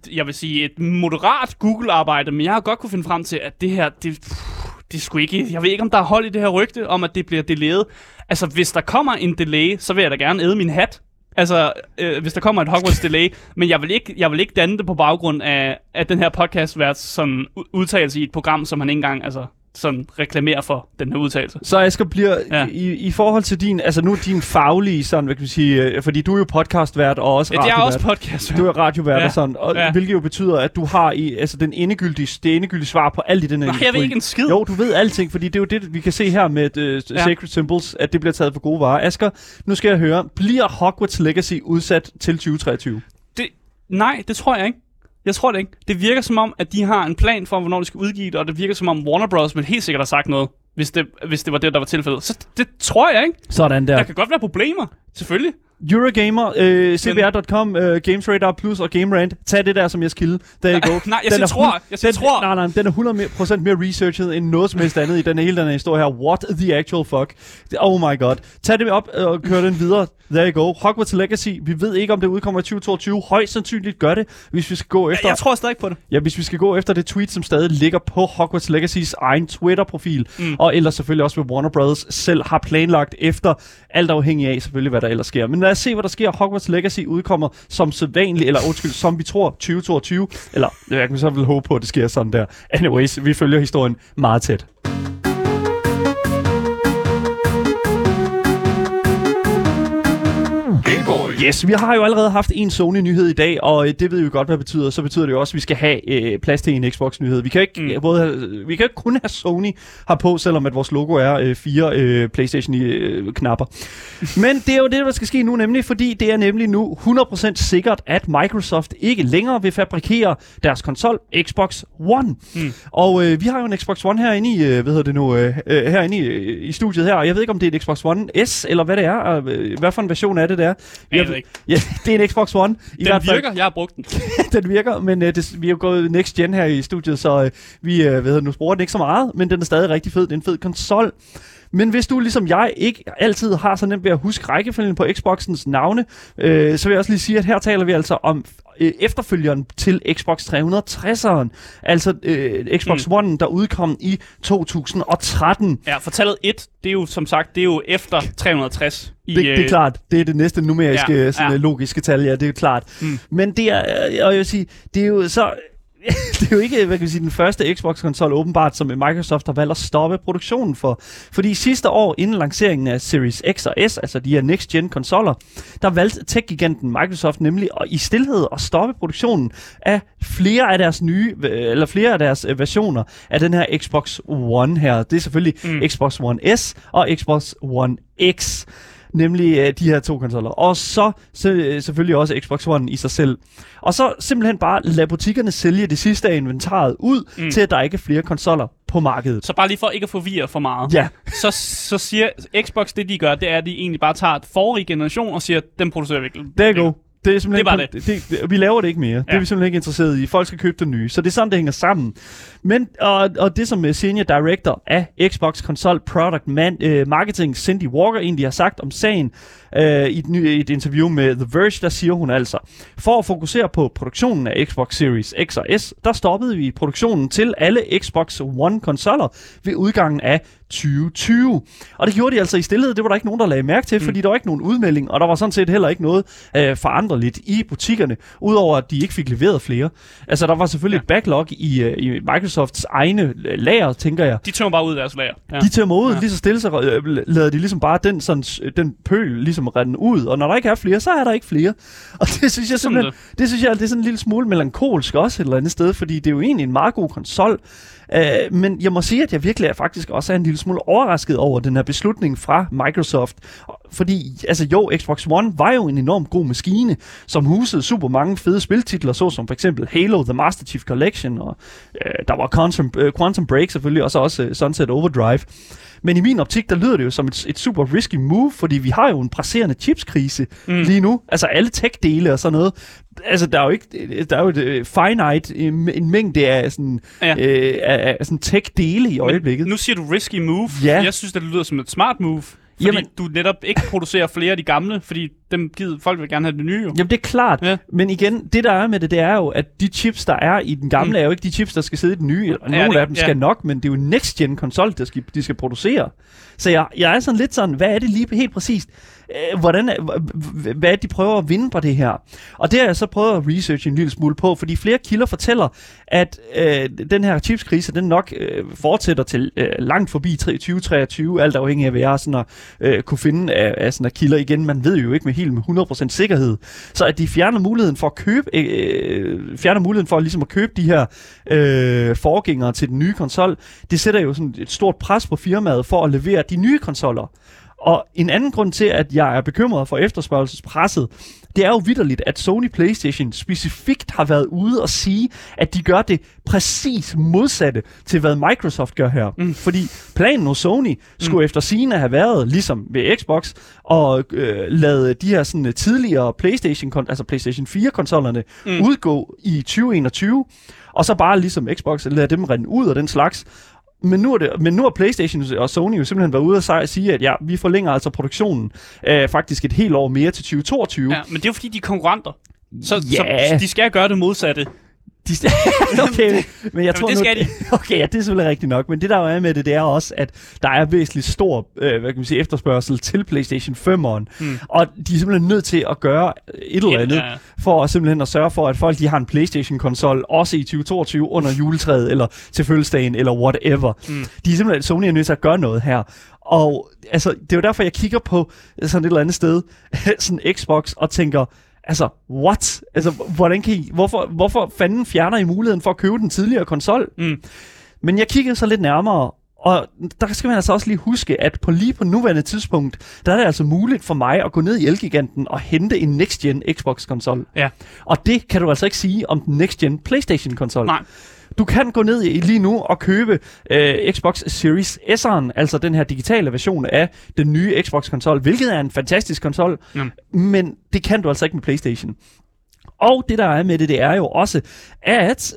et moderat Google-arbejde, men jeg har godt kunne finde frem til, at det her... Det skulle ikke... Jeg ved ikke, om der er hold i det her rygte om, at det bliver delayet. Altså, hvis der kommer en delay, så vil jeg da gerne æde min hat. Altså, hvis der kommer et Hogwarts delay, men jeg vil ikke danne det på baggrund af den her podcast været sådan udtalelse i et program, som han ikke engang sådan reklamerer for den her udtalelse. Så Asger bliver i forhold til din, altså nu din faglige sådan, hvad kan vi sige, fordi du er jo podcastvært og også radiovært. Jeg er også podcastvært. Du er radiovært og sådan, og hvilket jo betyder, at du har det endegyldige svar på alt i den her. Nej, jeg ved ikke en skid. Jo, du ved alting, fordi det er jo det, vi kan se her med Sacred Symbols, at det bliver taget for gode varer. Asger, nu skal jeg høre, bliver Hogwarts Legacy udsat til 2023? Nej, det tror jeg ikke. Jeg tror det ikke. Det virker som om, at de har en plan for, hvornår de skal udgive det, og det virker som om Warner Bros. Vil helt sikkert have sagt noget, hvis det var det, der var tilfældet. Så det tror jeg ikke. Sådan der. Der kan godt være problemer, selvfølgelig. Eurogamer, CBR.com, Games Radar Plus og Game Rant. Tag det der som jeres kilde. There you go. Nej, jeg tror. Nej, den er 100% mere researchet end noget som helst andet i hele den her historie her. What the actual fuck? Oh my god. Tag det op og kør den videre. There you go. Hogwarts Legacy. Vi ved ikke, om det udkommer i 2022. Højst sandsynligt gør det, hvis vi skal gå efter... Jeg tror stadig på det. Ja, hvis vi skal gå efter det tweet, som stadig ligger på Hogwarts Legacy's egen Twitter-profil. Og ellers selvfølgelig også, hvad Warner Brothers selv har planlagt efter, alt afhængig af selvfølgelig, hvad der ellers sker. Men lad os se, hvad der sker. Hogwarts Legacy udkommer som sædvanligt, eller som vi tror, 2022. Eller jeg kan så vel håbe på, at det sker sådan der. Anyways, vi følger historien meget tæt. Yes, vi har jo allerede haft en Sony-nyhed i dag, og det ved vi jo godt, hvad det betyder. Så betyder det jo også, at vi skal have plads til en Xbox-nyhed. Vi kan ikke kun have Sony her på, selvom at vores logo er 4 PlayStation-knapper. Men det er jo det, der skal ske nu, nemlig fordi det er nemlig nu 100% sikkert, at Microsoft ikke længere vil fabrikere deres konsol Xbox One. Og vi har jo en Xbox One herinde i, herinde i studiet her, og jeg ved ikke, om det er en Xbox One S, eller hvad det er, hvad for en version er det der? Ja, det er en Xbox One. Den virker, jeg har brugt den. Den virker, men vi er jo gået next gen her i studiet, så vi nu bruger den ikke så meget, men den er stadig rigtig fed. Det er en fed konsol. Men hvis du ligesom jeg ikke altid har så nemt ved at huske rækkefølgen på Xboxens navne, så vil jeg også lige sige, at her taler vi altså om efterfølgeren til Xbox 360'eren. Altså Xbox One, der udkom i 2013. Ja, for tallet 1, det er jo som sagt, det er jo efter 360. Det er klart. Det er det næste numeriske, logiske tal, ja, det er klart. Men det er, og jeg vil sige, det er jo så... det er jo ikke, hvad kan vi sige, den første Xbox-konsol åbenbart, som Microsoft har valgt at stoppe produktionen for. Fordi sidste år, inden lanceringen af Series X og S, altså de her next-gen-konsoller, der valgte tech-giganten Microsoft nemlig i stilhed at stoppe produktionen af flere af deres versioner af den her Xbox One her. Det er selvfølgelig Xbox One S og Xbox One X. Nemlig de her 2 konsoller. Og så selvfølgelig også Xbox One i sig selv. Og så simpelthen bare lade butikkerne sælge det sidste af inventaret ud, til at der ikke er flere konsoller på markedet. Så bare lige for ikke at forvirre for meget. Ja. Så siger Xbox, det de gør, det er, at de egentlig bare tager et forrige generation og siger, at den producerer virkelig. Det er godt. Det er simpelthen vi laver det ikke mere. Ja. Det er vi simpelthen ikke interesseret i. Folk skal købe det nye. Så det er sådan, det hænger sammen. Men, og det som Senior Director af Xbox Console Product Marketing, Cindy Walker, egentlig har sagt om sagen i et interview med The Verge, der siger hun altså, for at fokusere på produktionen af Xbox Series X og S, der stoppede vi produktionen til alle Xbox One-konsoller ved udgangen af 2020. Og det gjorde de altså i stilhed. Det var der ikke nogen, der lagde mærke til, fordi der var ikke nogen udmelding, og der var sådan set heller ikke noget foranderligt i butikkerne, udover at de ikke fik leveret flere. Altså, der var selvfølgelig et backlog i Microsofts egne lager, tænker jeg. De tømmer bare ud deres lager. Ja. De tømmer ud, lige så stille, så lader de ligesom bare den pøl ligesom rende ud, og når der ikke er flere, så er der ikke flere. Og det synes jeg simpelthen, det er sådan en lille smule melankolsk også et eller andet sted, fordi det er jo egentlig en meget god konsol. Men jeg må sige, at jeg virkelig faktisk også er en lille smule overrasket over den her beslutning fra Microsoft. Fordi, altså jo, Xbox One var jo en enormt god maskine, som husede super mange fede spiltitler, såsom for eksempel Halo, The Master Chief Collection, og der var Quantum Break selvfølgelig, og så også Sunset Overdrive. Men i min optik, der lyder det jo som et super risky move, fordi vi har jo en presserende chipskrise lige nu. Altså alle tech-dele og sådan noget. Altså der er jo et finite, en mængde af sådan, af sådan tech-dele i øjeblikket. Nu siger du risky move. Ja. Jeg synes, det lyder som et smart move. Fordi du netop ikke producerer flere af de gamle, fordi folk vil gerne have det nye. Jo. Jamen det er klart, men igen, det der er med det er jo, at de chips, der er i den gamle, er jo ikke de chips, der skal sidde i den nye. Nogle af dem skal nok, men det er jo next-gen konsol, de skal producere. Så jeg er sådan lidt sådan, hvad er det lige helt præcist? Hvad er det, de prøver at vinde på det her? Og det har jeg så prøvet at researche en lille smule på, fordi flere kilder fortæller, at den her chipskrise, den nok fortsætter til langt forbi 2023, alt afhængig af, hvad jeg sådan at kunne finde af sådan kilder igen. Man ved jo ikke med 100% sikkerhed. Så at de fjerner muligheden for at købe de her forgængere til den nye konsol, det sætter jo sådan et stort pres på firmaet for at levere de nye konsoller. Og en anden grund til, at jeg er bekymret for efterspørgselspresset, det er jo vitterligt, at Sony PlayStation specifikt har været ude og sige, at de gør det præcis modsatte til, hvad Microsoft gør her. Fordi planen hos Sony skulle efter sigende have været, ligesom ved Xbox, og lade de her sådan, tidligere PlayStation 4-konsollerne udgå i 2021, og så bare ligesom Xbox lade dem rende ud og den slags. Men nu har PlayStation og Sony jo simpelthen været ude og sige, at ja, vi forlænger altså produktionen faktisk et helt år mere til 2022. Ja, men det er jo fordi, de er konkurrenter. Så de skal gøre det modsatte. Okay, men jeg tror det skal de. Okay, ja, det er selvfølgelig rigtigt nok, men det der jo er med det er også, at der er væsentligt stor efterspørgsel til PlayStation 5'eren, og de er simpelthen nødt til at gøre et eller andet, for simpelthen at sørge for, at folk de har en PlayStation-konsol, også i 2022, under juletræet, eller til fødselsdagen, eller whatever. De er simpelthen, Sony er nødt til at gøre noget her. Og altså, det er jo derfor, jeg kigger på sådan et eller andet sted, sådan Xbox, og tænker, altså, what? Altså, hvordan kan I... Hvorfor fanden fjerner I muligheden for at købe den tidligere konsol? Men jeg kiggede så lidt nærmere, og der skal man altså også lige huske, at lige på nuværende tidspunkt, der er det altså muligt for mig at gå ned i Elgiganten og hente en next-gen Xbox-konsol. Ja. Og det kan du altså ikke sige om den next-gen PlayStation-konsol. Nej. Du kan gå ned lige nu og købe Xbox Series S'eren, altså den her digitale version af den nye Xbox-konsol, hvilket er en fantastisk konsol, men det kan du altså ikke med PlayStation. Og det der er med det er jo også, at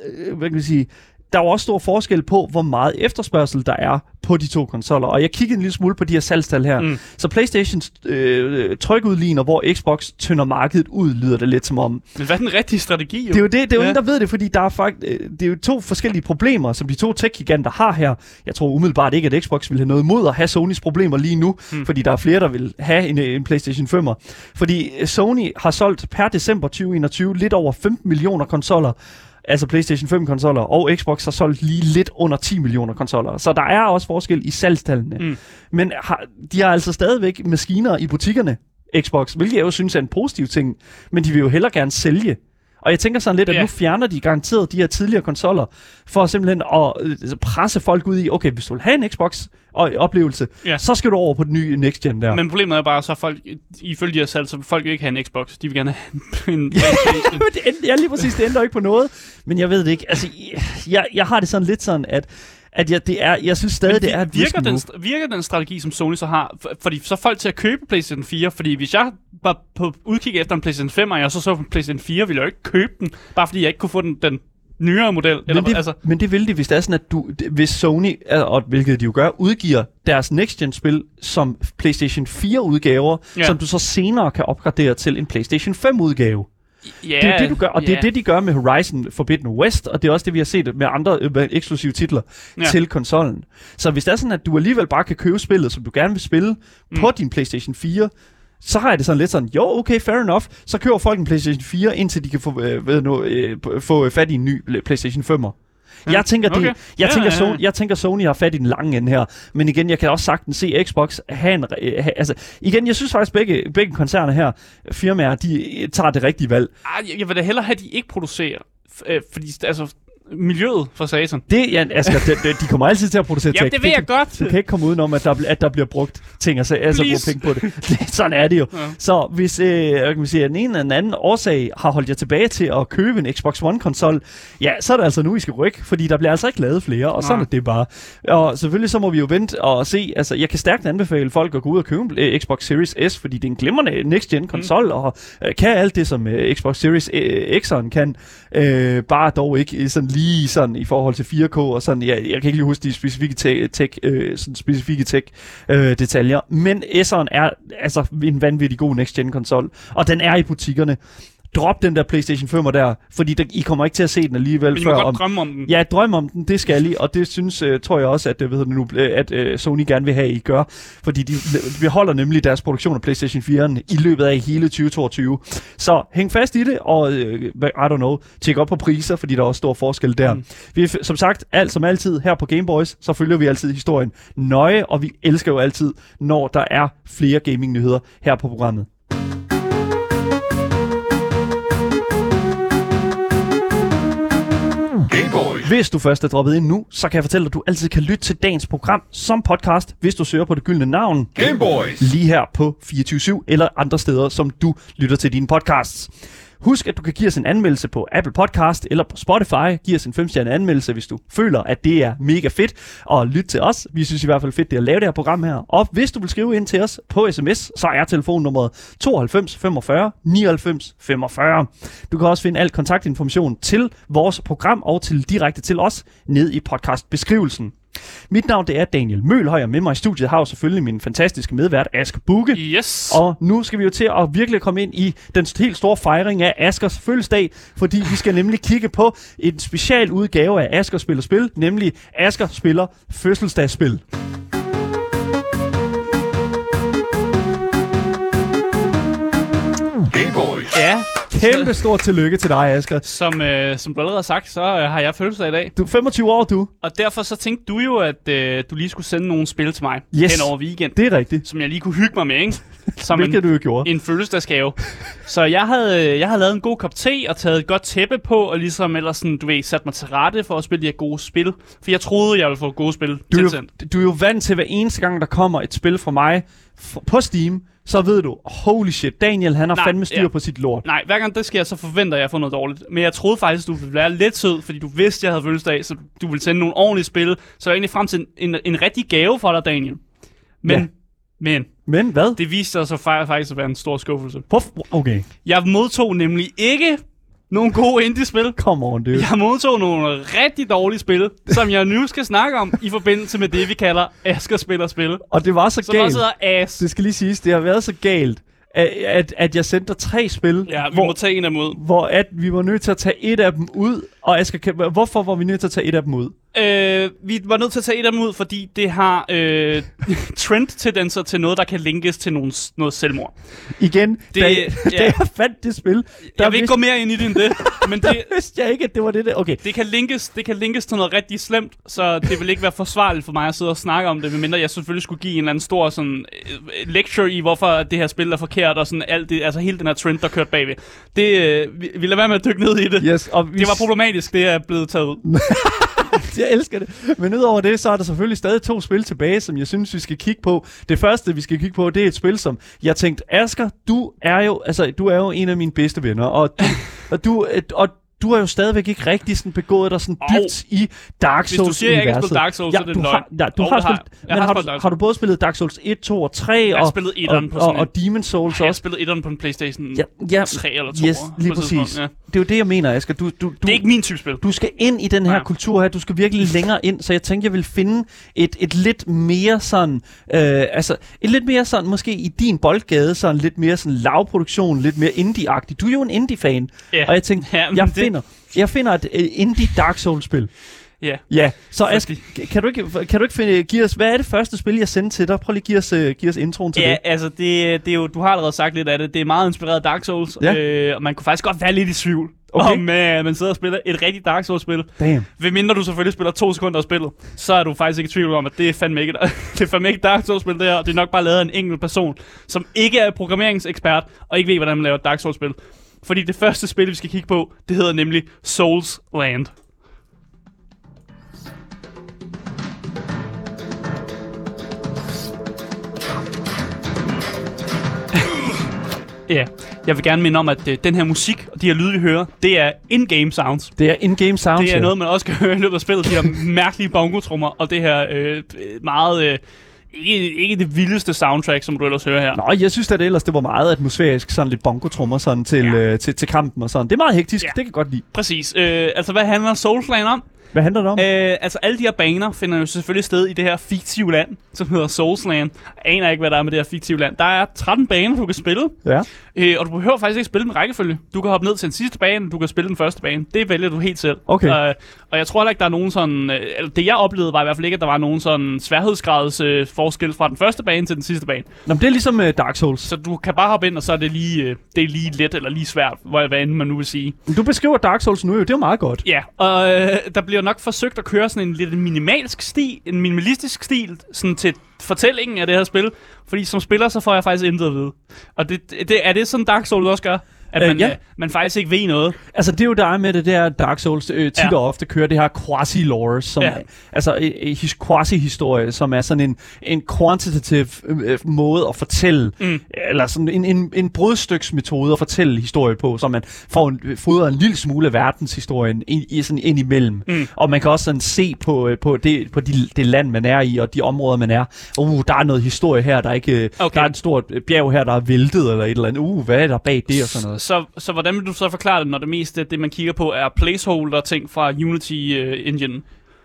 der er jo også stor forskel på, hvor meget efterspørgsel der er på de to konsoller. Og jeg kiggede en lille smule på de her salgstal her. Så PlayStations trykudligner, hvor Xbox tynder markedet ud, lyder det lidt som om. Men hvad er den rigtige strategi? Jo? Det er jo det. Det er jo ingen, der ved det, fordi der er faktisk, det er jo to forskellige problemer, som de to tech-giganter har her. Jeg tror umiddelbart ikke, at Xbox vil have noget imod at have Sonys problemer lige nu, fordi der er flere, der vil have en PlayStation 5'er. Fordi Sony har solgt per december 2021 lidt over 15 millioner konsoller, altså PlayStation 5-konsoller, og Xbox har solgt lige lidt under 10 millioner konsoller. Så der er også forskel i salgstallene. Men de har altså stadigvæk maskiner i butikkerne, Xbox, hvilket jeg jo synes er en positiv ting, men de vil jo hellere gerne sælge. Og jeg tænker sådan lidt, at nu fjerner de garanteret de her tidligere konsoller, for simpelthen at presse folk ud i, okay, hvis du vil have en Xbox-oplevelse, så skal du over på den nye next-gen der. Men problemet er bare, så folk, ifølge de her salg, så vil folk ikke have en Xbox. De vil gerne have en PlayStation. Ja, lige præcis, det ændrer ikke på noget. Men jeg ved det ikke. Altså, jeg har det sådan lidt sådan, at jeg synes stadig, det er et virker den strategi, som Sony så har, fordi så folk til at købe PlayStation 4, fordi hvis jeg var på udkig efter en PlayStation 5, og jeg så en PlayStation 4, ville jeg jo ikke købe den, bare fordi jeg ikke kunne få den nyere model. Men det vil de, hvis det er sådan, at hvis Sony, og hvilket de jo gør, udgiver deres next-gen-spil som PlayStation 4-udgaver, som du så senere kan opgradere til en PlayStation 5-udgave. Yeah, det er det, du gør, og det er det, de gør med Horizon Forbidden West, og det er også det, vi har set med andre eksklusive titler til konsollen. Så hvis det er sådan, at du alligevel bare kan købe spillet, som du gerne vil spille på din PlayStation 4, så har jeg det sådan lidt sådan, jo, okay, fair enough, så køber folk en PlayStation 4, indtil de kan få fat i en ny PlayStation 5'er. Jeg tænker, Sony har fat i den lange ende her. Men igen, jeg kan også sagtens se Xbox have igen, jeg synes faktisk, begge koncerner her, firmaer, de tager det rigtige valg. Jeg vil da hellere have, at de ikke producerer. Fordi, altså, miljøet for satan. De kommer altid til at producere tech. Jamen, det ved jeg godt. Du kan ikke komme udenom, at der bliver brugt ting, altså brugt penge på det. Sådan er det jo. Ja. Så hvis den ene eller den anden årsag har holdt jer tilbage til at købe en Xbox One-konsol, ja, så er det altså nu, I skal rykke, fordi der bliver altså ikke lavet flere, og sådan er det bare. Og selvfølgelig så må vi jo vente og se, altså jeg kan stærkt anbefale folk at gå ud og købe en Xbox Series S, fordi det er en glimrende next-gen-konsol, og kan alt det, som Xbox Series X'eren kan, bare dog ikke sådan lige sådan i forhold til 4K og sådan. Jeg kan ikke lige huske de specifikke tech detaljer, men S'eren er altså en vanvittig god next-gen konsol, og den er i butikkerne. Drop den der PlayStation 5'er der, fordi I kommer ikke til at se den alligevel. Men I må godt drømme om den. Ja, drømme om den, det skal I, og det tror jeg også, at Sony gerne vil have, I gør. Fordi de beholder nemlig deres produktion af PlayStation 4'eren i løbet af hele 2022. Så hæng fast i det, og tjek op på priser, fordi der er også stor forskel der. Vi, som sagt, som altid her på Gameboys, så følger vi altid historien nøje, og vi elsker jo altid, når der er flere gaming-nyheder her på programmet. Gameboys. Hvis du først er droppet ind nu, så kan jeg fortælle dig, at du altid kan lytte til dagens program som podcast, hvis du søger på det gyldne navn Gameboys. lige her på 24/7 eller andre steder, som du lytter til dine podcasts. Husk, at du kan give os en anmeldelse på Apple Podcast eller på Spotify. Giv os en 5-stjerne anmeldelse, hvis du føler, at det er mega fedt. Og lyt til os. Vi synes i hvert fald fedt, det at lave det her program her. Og hvis du vil skrive ind til os på sms, så er telefonnummeret 92 45 99 45. Du kan også finde al kontaktinformation til vores program og direkte til os ned i podcastbeskrivelsen. Mit navn det er Daniel Mølhøj, og med mig i studiet har jeg selvfølgelig min fantastiske medvært Asger Bugge. Yes. Og nu skal vi jo til at virkelig komme ind i den helt store fejring af Asgers fødselsdag, fordi vi skal nemlig kigge på en special udgave af Asger spiller spil, nemlig Asger spiller fødselsdagsspil. Gameboys. Ja. Kæmpe stort tillykke til dig, Asger. Som du allerede har sagt, så har jeg fødselsdag i dag. Du er 25 år, du. Og derfor så tænkte du jo, at du lige skulle sende nogle spil til mig Yes. hen over weekend. Det er rigtigt. Som jeg lige kunne hygge mig med, ikke? Som Hvilket du jo gjorde. en fødselsdagsgave. Så jeg havde lavet en god kop te og taget et godt tæppe på, og ligesom ellers sådan, du ved, sat mig til rette for at spille de her gode spil. For jeg troede, jeg ville få gode spil tilsendt. Du er jo vant til hver eneste gang, der kommer et spil fra mig på Steam, så ved du, holy shit, Daniel, han har fandme styr på sit lort. Nej, hver gang det sker, så forventer jeg at få noget dårligt. Men jeg troede faktisk, du ville være lidt sød, fordi du vidste, jeg havde fødselsdag, så du ville sende nogle ordentlige spil. Så jeg egentlig frem til en rigtig gave for dig, Daniel. Men hvad? det viste sig så faktisk at være en stor skuffelse. Okay. Jeg modtog nemlig ikke nogle gode indie-spil. Come on, dude. Jeg modtog nogle rigtig dårlige spil, som jeg nu skal snakke om i forbindelse med det, vi kalder Asger spiller spil. Og det var så som galt. også hedder As. Det skal lige siges, det har været så galt, at jeg sendte dig 3 spil, Ja, vi må tage en af dem ud. hvor at vi var nødt til at tage et af dem ud. Og Asger, hvorfor var vi nødt til at tage et af dem ud? Vi var nødt til at tage et af dem ud, fordi det har trend-tendenser til noget, der kan linkes til noget selvmord. Igen, da jeg fandt det spil... Jeg vil ikke gå mere ind i det end det, men det vidste jeg ikke, at det var det. Okay. Det kan linkes til noget rigtig slemt, så det vil ikke være forsvarligt for mig at sidde og snakke om det, medmindre jeg selvfølgelig skulle give en eller anden stor sådan, lecture i, hvorfor det her spil er forkert, og sådan alt det, altså hele den her trend, der kørte bagved. Det, vi lader være med at dykke ned i det. Yes, og det var problematisk, det er blevet taget ud. Jeg elsker det. Men udover det, så er der selvfølgelig stadig 2 spil tilbage, som jeg synes, vi skal kigge på. Det første, vi skal kigge på, det er et spil, som jeg tænkte, Asger, du er jo en af mine bedste venner, og du har jo stadigvæk ikke rigtig sådan begået dig sådan dybt i Dark Souls-universet. Hvis du siger, at jeg ikke har spillet Dark Souls, så er det løgn. Har du både spillet Dark Souls 1, 2 og 3, jeg har spillet og Demon's Souls også? Jeg har spillet 1'eren på en PlayStation 3 eller 2. Yes, lige præcis. Ja. Det er jo det, jeg mener, Asger. Det er ikke min type spil. Du skal ind i den her kultur her. Du skal virkelig længere ind. Så jeg tænkte, jeg vil finde et lidt mere sådan... et lidt mere sådan, måske i din boldgade, sådan lidt mere sådan lavproduktion, lidt mere indie-agtig. Du er jo en indie-fan. Yeah. Og jeg tænkte, jeg finder et indie Dark Souls-spil. Yeah. Ja. Så Asger, kan du ikke give os, hvad er det første spil, jeg sendte til dig? Prøv lige at give os introen til det. Ja, altså det er jo, du har allerede sagt lidt af det. Det er meget inspireret af Dark Souls, og man kunne faktisk godt være lidt i tvivl. Okay. Om man sidder og spiller et rigtigt Dark Souls-spil. Damn. Ved mindre du selvfølgelig spiller 2 sekunder af spillet, så er du faktisk ikke i tvivl om, at det er fandme ikke et Dark Souls-spil det her, og det er nok bare lavet af en enkelt person, som ikke er programmeringsekspert, og ikke ved, hvordan man laver et Dark Souls-spil. Fordi det første spil, vi skal kigge på, det hedder nemlig Souls Land. Ja, jeg vil gerne minde om, at den her musik og de her lyde, vi hører, det er in-game sounds. Det er in-game sounds, det er noget, man også kan høre i løbet af spillet, de her mærkelige bongotrummer, og det her meget... Ikke det vildeste soundtrack, som du ellers hører her. Nå, jeg synes at det var meget atmosfærisk, sådan lidt bongotrummer sådan til kampen og sådan. Det er meget hektisk, det kan jeg godt lide. Præcis. Altså, hvad handler Soulsland om? Hvad handler det om? Altså, alle de her baner finder jo selvfølgelig sted i det her fiktive land, som hedder Soulsland. Jeg aner ikke, hvad der er med det her fiktive land. Der er 13 baner, du kan spille. Ja. Og du behøver faktisk ikke spille den rækkefølge. Du kan hoppe ned til den sidste bane, du kan spille den første bane. Det vælger du helt selv. Okay. Og jeg tror heller ikke, der er nogen sådan... det jeg oplevede var i hvert fald ikke, at der var nogen sådan sværhedsgrads forskel fra den første bane til den sidste bane. Nå, men det er ligesom Dark Souls. Så du kan bare hoppe ind, og så er det lige let eller lige svært, hvad end man nu vil sige. Du beskriver Dark Souls nu jo, det er jo meget godt. Ja, og der bliver nok forsøgt at køre sådan en lidt minimalistisk stil, sådan til fortællingen af det her spil. Fordi som spiller, så får jeg faktisk intet at vide. Og er det sådan Dark Souls også gør? At man faktisk ikke ved noget. Altså, det er jo der med det der Dark Souls tit og ofte kører det her quasi-lore, som altså quasi-historie, som er sådan en quantitative måde at fortælle, eller sådan en brudstyksmetode at fortælle historie på, så man får en lille smule af verdenshistorien sådan ind imellem. Og man kan også sådan se på det land, man er i, og de områder, man er. Der er noget historie her, der ikke... Der er et stort bjerg her, der er væltet, eller et eller andet. Hvad er der bag det, og sådan noget. Så hvordan vil du så forklare det, når det meste af det, man kigger på, er placeholder-ting fra Unity-engine?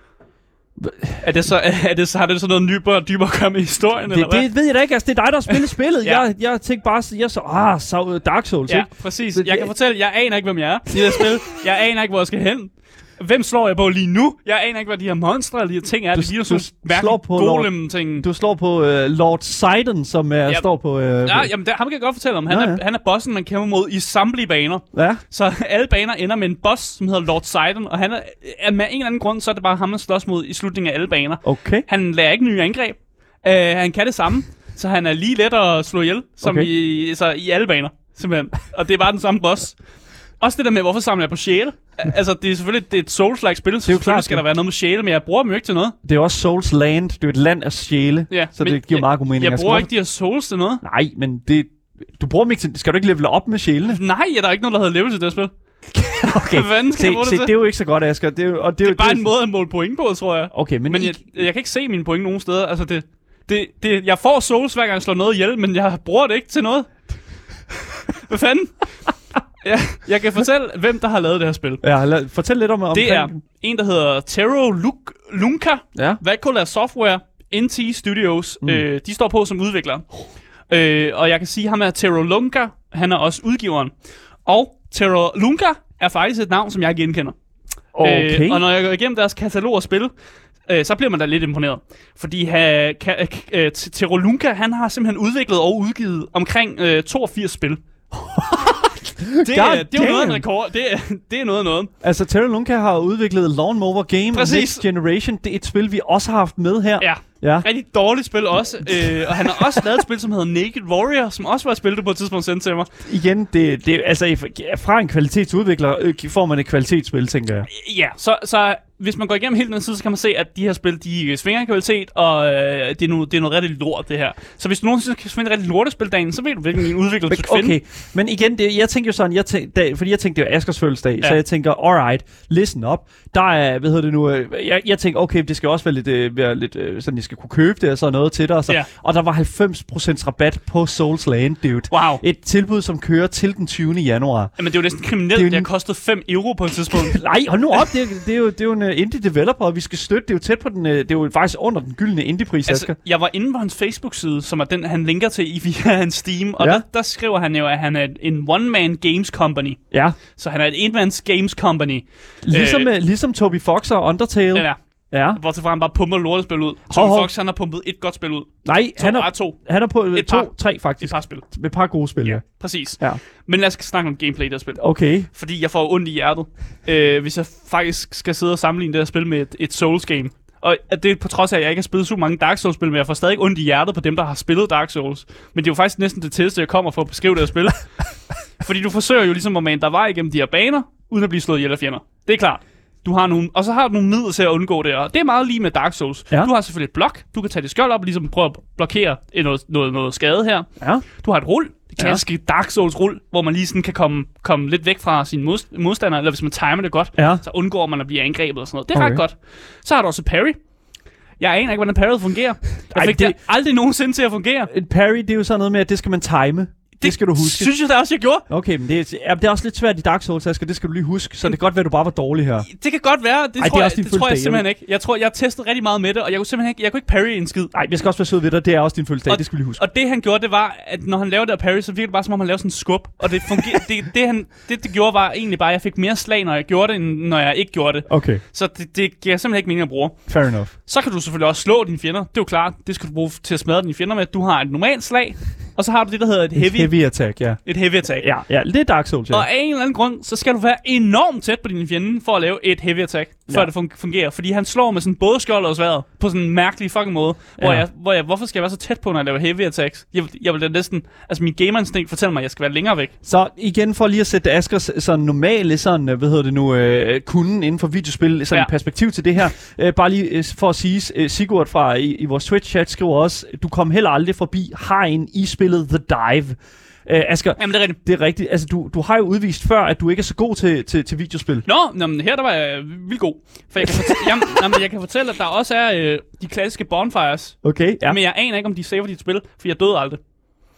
Har det så noget dybere at gøre med historien, eller hvad? Det ved jeg da ikke. Altså, det er dig, der har spillet spillet. Jeg tænkte bare, så Dark Souls, ikke? Ja, præcis. Jeg kan fortælle, jeg aner ikke, hvem jeg er i det her spil. Jeg aner ikke, hvor jeg skal hen. Hvem slår jeg på lige nu? Jeg aner ikke, hvad de her monstre eller de her ting er. Det er sådan mærkelige golem-ting. Du slår på Lord Sidon, som står på... Jamen, ham kan jeg godt fortælle om. Han er bossen, man kæmper mod i samtlige baner. Ja. Så alle baner ender med en boss, som hedder Lord Sidon, og han er med en eller anden grund, så er det bare ham, man slås mod i slutningen af alle baner. Okay. Han lærer ikke nye angreb. Han kan det samme, så han er lige let at slå ihjel, som i alle baner, simpelthen. Og det er bare den samme boss. Også det der med, hvorfor samler jeg på sjæle? Altså, det er selvfølgelig et Souls-like spil, så selvfølgelig skal der være noget med sjæle, men jeg bruger dem jo ikke til noget. Det er også Souls Land. Det er et land af sjæle, så det giver meget god mening. Jeg bruger ikke de her Souls til noget. Nej, men du bruger dem ikke til... Skal du ikke levele op med sjælene? Nej, der er ikke noget, der hedder level til det spil. Okay, det er jo ikke så godt, Asger. Det er bare en måde at måle point på, tror jeg. Okay, men jeg kan ikke se mine point nogen steder. Altså, jeg får Souls, hver gang jeg slår noget ihjel, men jeg bruger det ikke til noget. Hvad fanden? Ja, jeg kan fortælle, hvem der har lavet det her spil. Ja, fortæl lidt om det. Er en, der hedder Tero Lunka, Valhalla Software, NT Studios. De står på som udviklere. Og jeg kan sige, at ham er Tero Lunka. Han er også udgiveren. Og Tero Lunka er faktisk et navn, som jeg genkender. Okay. Og når jeg går igennem deres katalog og spil, så bliver man da lidt imponeret. Fordi Tero Lunka, han har simpelthen udviklet og udgivet omkring 82 spil. Det er jo noget af en rekord. Det er noget. Altså, Tero Lunka har udviklet Lawnmower Game Next Generation. Det er et spil, vi også har haft med her. Ja. Rigtig dårligt spil også. Og han har også lavet et spil, som hedder Naked Warrior, som også var et spil, du på et tidspunkt sendte til mig. Igen, altså, fra en kvalitetsudvikler får man et kvalitetsspil, tænker jeg. Ja, så hvis man går igennem hele den side, så kan man se, at de her spil, de svinger i kvalitet, og det er noget rigtig lort, det her. Så hvis du nogensinde kan finde et rigtig lortespil dagen, så ved du, hvilken udvikler du skal finde. Okay, men igen, jeg tænker jo sådan, fordi jeg tænkte, det var Askers fødselsdag, så jeg tænker, alright, listen up. Der er, jeg tænker, okay, det skal også være lidt sådan, jeg skal kunne købe det og sådan noget til dig. Og der var 90% rabat på Souls Land, dude. Wow. Et tilbud, som kører til den 20. januar. Jamen, det er jo næsten kriminelt, det har kostet 5 euro på et tidspunkt. Nej, hold nu op, det er jo en indie developer, og vi skal støtte. Det er jo tæt på det er jo faktisk under den gyldne indie-pris, Asger. Jeg var inde på hans Facebook-side, som er den, han linker til via hans Steam, og der skriver han jo, at han er en one-man games company. Ja. Så han er et enmands games company. Ligesom Toby Fox og Undertale. Ja. Bortset fra, han bare pumper lortespil ud. Toby Fox, han har pumpet et godt spil ud. Nej, han er på tre faktisk. Et par spil. Et par gode spil, ja. Præcis. Ja. Men lad os snakke om gameplay i det her spil. Okay. Fordi jeg får ondt i hjertet, hvis jeg faktisk skal sidde og sammenligne det her spil med et Souls-game. Og det er på trods af, at jeg ikke har spillet så mange Dark Souls-spil, men jeg får stadig ondt i hjertet på dem, der har spillet Dark Souls. Men det er jo faktisk næsten det tætteste, jeg kommer for at beskrive det her spil. Fordi du forsøger jo ligesom at mane der vej igennem de her baner, uden at blive slået ihjel af fjender. Det er klart. Og så har du nogle midler til at undgå det, og det er meget lige med Dark Souls. Ja. Du har selvfølgelig et blok, du kan tage det skjold op og ligesom prøve at blokere noget skade her. Ja. Du har et rul, det klassiske Dark Souls rul, hvor man lige sådan kan komme lidt væk fra sine modstandere, eller hvis man timer det godt, så undgår man at blive angrebet og sådan noget. Det er ret godt. Så har du også parry. Jeg aner ikke, hvordan parry fungerer. Jeg fik det aldrig nogensinde til at fungere. Et parry, det er jo sådan noget med, at det skal man time. Det skal du huske. Synes jeg da også, jeg gjorde. Okay, men det er også lidt svært i Dark Souls, Asger. Det skal du lige huske. Så det kan godt være, at du bare var dårlig her. Det kan godt være. Det tror jeg simpelthen ikke. Jeg tror, jeg har testet rigtig meget med det, og jeg kunne ikke parry en skid. Nej, jeg skal også være sød ved dig. Det er også din fødselsdag. Det skal du lige huske. Og det han gjorde, det var, at når han lavede der parry, så virkede det bare som om han lavede sådan en skub. Og det fungerede. det gjorde var egentlig bare, at jeg fik mere slag, når jeg gjorde det, end når jeg ikke gjorde det. Okay. Så det giver simpelthen ikke mening at bruge. Fair enough. Så kan du selvfølgelig også slå dine fjender. Det er jo klart. Det skal du bruge til at smadre dine fjender med. Du har et normalt slag. og så har du det, der hedder et heavy attack, ja. Et heavy attack. Ja, det er Dark Souls, ja. Og af en eller anden grund, så skal du være enormt tæt på din fjende for at lave et heavy attack, før det fungerer. Fordi han slår med sådan både skjold og sværd på sådan en mærkelig fucking måde, hvorfor skal jeg være så tæt på, når jeg laver heavy attacks? Jeg vil da næsten, altså min gamerinstinkt fortæller mig, at jeg skal være længere væk. Så igen, for lige at sætte Askers sådan normale, sådan, kunden inden for videospil, sådan perspektiv til det her. Bare lige for at sige, Sigurd fra i vores Twitch-chat skriver også, du kom heller aldrig forbi hegn i spillet The Dive. Asger, jamen, det er rigtigt. Det er rigtigt. Altså, du har jo udvist før, at du ikke er så god til videospil. Nå, men her der var jeg vildt god. For jeg kan fortælle, at der også er de klassiske bonfires. Okay, ja. Men jeg aner ikke, om de saver dit spil, for jeg døde aldrig.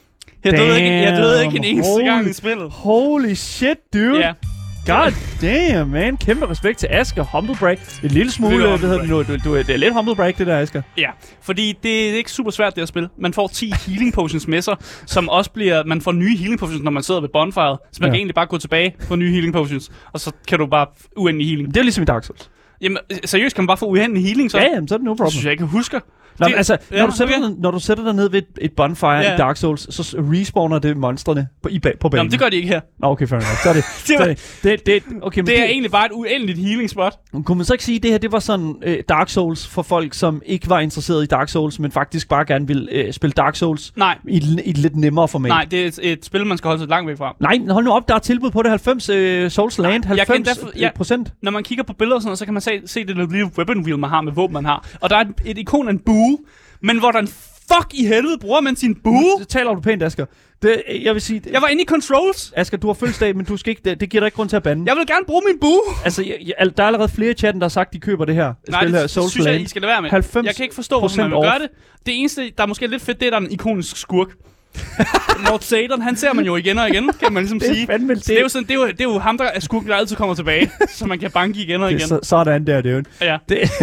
Jeg døde ikke en eneste gang i spillet. Holy shit, dude. Ja. God damn, man. Kæmpe respekt til Asger. Humble brag. En lille smule, det er lidt humble brag, det der, Asger. Ja, fordi det er ikke super svært, det at spille. Man får 10 healing potions med sig, som også bliver... Man får nye healing potions, når man sidder ved bonfiret. Så man kan egentlig bare gå tilbage på nye healing potions, og så kan du bare uendelig healing. Det er ligesom i Dark Souls. Jamen, seriøst, kan man bare få uendelig healing, så? Ja, jamen, så er det no problem. Det synes jeg ikke, jeg husker. Nå, altså, når du sætter dig ned ved et bonfire i Dark Souls, så respawner det monstrene på banen. Jamen, det gør de ikke her. Nå, okay, fair enough. Så er det er egentlig bare et uendeligt healing spot. Kunne man så ikke sige, at det her det var sådan Dark Souls for folk, som ikke var interesseret i Dark Souls, men faktisk bare gerne vil spille Dark Souls i et lidt nemmere format? Nej, det er et spil, man skal holde sig langt væk fra. Nej, hold nu op, der er tilbud på det 90 Souls Land, 90%. Når man kigger på billeder og sådan noget, så kan man se det lille weapon wheel, man har med våben, man har. Og der er et ikon af en bue, men hvordan fuck i helvede bruger man sin bue? Det taler du pænt, Asger. Jeg vil sige... Jeg var inde i controls. Asger, du har fødselsdag, men du skal ikke, det giver dig ikke grund til at bande. Jeg vil gerne bruge min bue. Altså, der er allerede flere i chatten, der har sagt, de køber det her. Nej, det synes jeg, I skal lade være med. 90% jeg kan ikke forstå, hvorfor man vil gøre det. Det eneste, der er måske lidt fedt, det er, der er en ikonisk skurk. Lord Satan, han ser man jo igen og igen, kan man ligesom sige. Det er jo sådan, det er jo ham, der er skurken, der altid kommer tilbage, så man kan banke igen og igen. Sådan der, det er jo. Ja.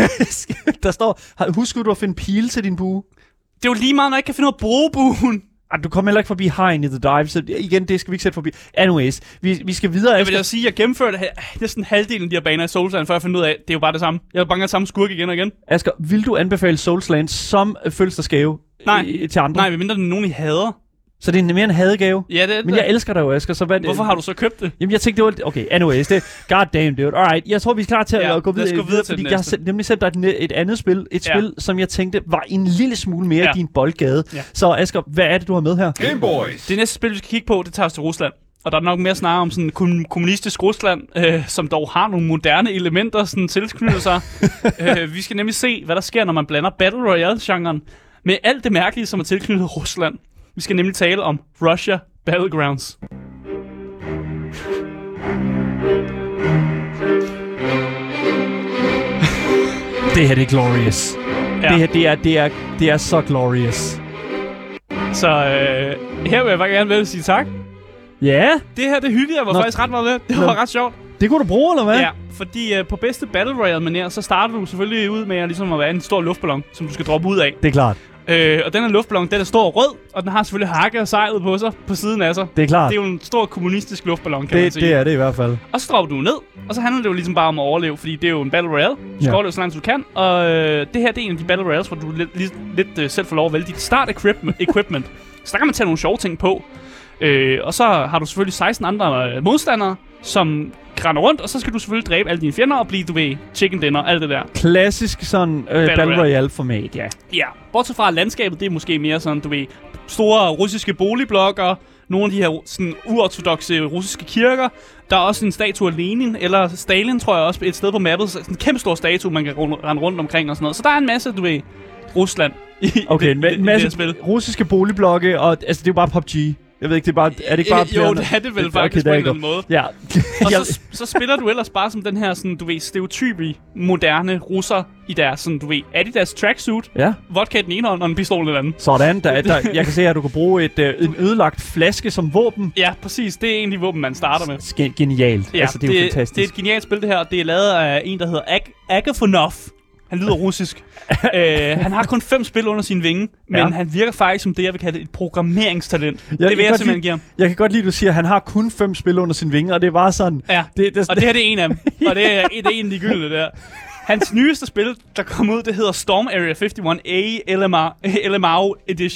Der står, husker du at finde pile til din bue? Det er jo lige meget, når jeg ikke kan finde ud af at bruge buen. Du kommer heller ikke forbi hegn i The Dive, så igen, det skal vi ikke sætte forbi. Anyways, vi skal videre. Jeg vil sige, jeg gennemførte næsten halvdelen af de her baner i Soulsland, før jeg fandt ud af, det er jo bare det samme. Jeg banker samme skurk igen og igen. Asger, vil du anbefale Soulsland som fødselsdagsgave til andre? Nej, mindre det er nogen, I hader. Så det er mere en hadegave? Ja, det er det. Men jeg elsker dig jo, Asger. Så hvorfor har du så købt det? Jamen, jeg tænkte, det var... Okay, anyways. God damn, dude. Alright, jeg tror, vi er klar til at gå videre til fordi jeg har nemlig sendt dig et andet spil. Et spil, som jeg tænkte var en lille smule mere i din boldgade. Ja. Så Asger, hvad er det, du har med her? Game Boys! Det næste spil, vi skal kigge på, det tager os til Rusland. Og der er nok mere snarere om sådan kommunistisk Rusland, som dog har nogle moderne elementer sådan tilknyttet sig. Vi skal nemlig se, hvad der sker, når man blander Battle Royale-genren med alt det mærkelige, som er tilknyttet Rusland. Vi skal nemlig tale om Russia Battlegrounds. Det her, det er glorious. Ja. Det er så glorious. Så her vil jeg bare gerne sige tak. Ja. Det her, det hyggede jeg var faktisk ret meget med. Det var ret sjovt. Det kunne du bruge, eller hvad? Ja, fordi på bedste Battle Royale-manér, så starter du selvfølgelig ud med ligesom at være en stor luftballon, som du skal droppe ud af. Det er klart. Og den her luftballon, den er stor og rød, og den har selvfølgelig hakke og sejlet på sig, på siden af sig. Det er klart. Det er jo en stor kommunistisk luftballon, kan man sige. Det er det i hvert fald. Og så dropper du ned, og så handler det jo ligesom bare om at overleve, fordi det er jo en Battle Royale. Du skal overleve så langt, du kan. Og det her, det er en af de Battle Royales, hvor du lidt selv får lov at vælge dit start-equipment. Så der kan man tage nogle sjove ting på. Og så har du selvfølgelig 16 andre modstandere, som render rundt, og så skal du selvfølgelig dræbe alle dine fjender og blive, chicken dinner, alt det der. Klassisk sådan Battle Royale-format, ja. Ja, bortset fra landskabet, det er måske mere sådan, store russiske boligblokker, nogle af de her sådan uortodokse russiske kirker. Der er også en statue af Lenin, eller Stalin, tror jeg også, et sted på mappet. Sådan en kæmpe stor statue, man kan rende rundt omkring og sådan noget. Så der er en masse, Rusland i en masse spil. Russiske boligblokke, og altså, det er jo bare PUBG. Jeg ved ikke, er det ikke bare... Jo, det er det vel faktisk på en eller anden måde. Ja. Og så spiller du ellers bare som den her, sådan, stereotype moderne russer i deres, sådan, Adidas tracksuit, vodka i den ene hånd og en pistol i den anden. Sådan, jeg kan se, at du kan bruge en ødelagt flaske som våben. Ja, præcis. Det er egentlig våben, man starter med. Genialt. Ja, altså, det er jo fantastisk. Det er et genialt spil, det her. Det er lavet af en, der hedder Agafonov. Han lyder russisk. Han har kun 5 spil under sin vinge, men han virker faktisk som det, jeg vil kalde et programmeringstalent. Det vil jeg simpelthen give ham. Jeg kan godt lide, at du siger, at han har kun 5 spil under sin vinge, og det er bare sådan... Ja, og det her det er en af dem. Og det er en af de gyldne der. Hans nyeste spil, der kom ud, det hedder Storm Area 51A LMAO Edition.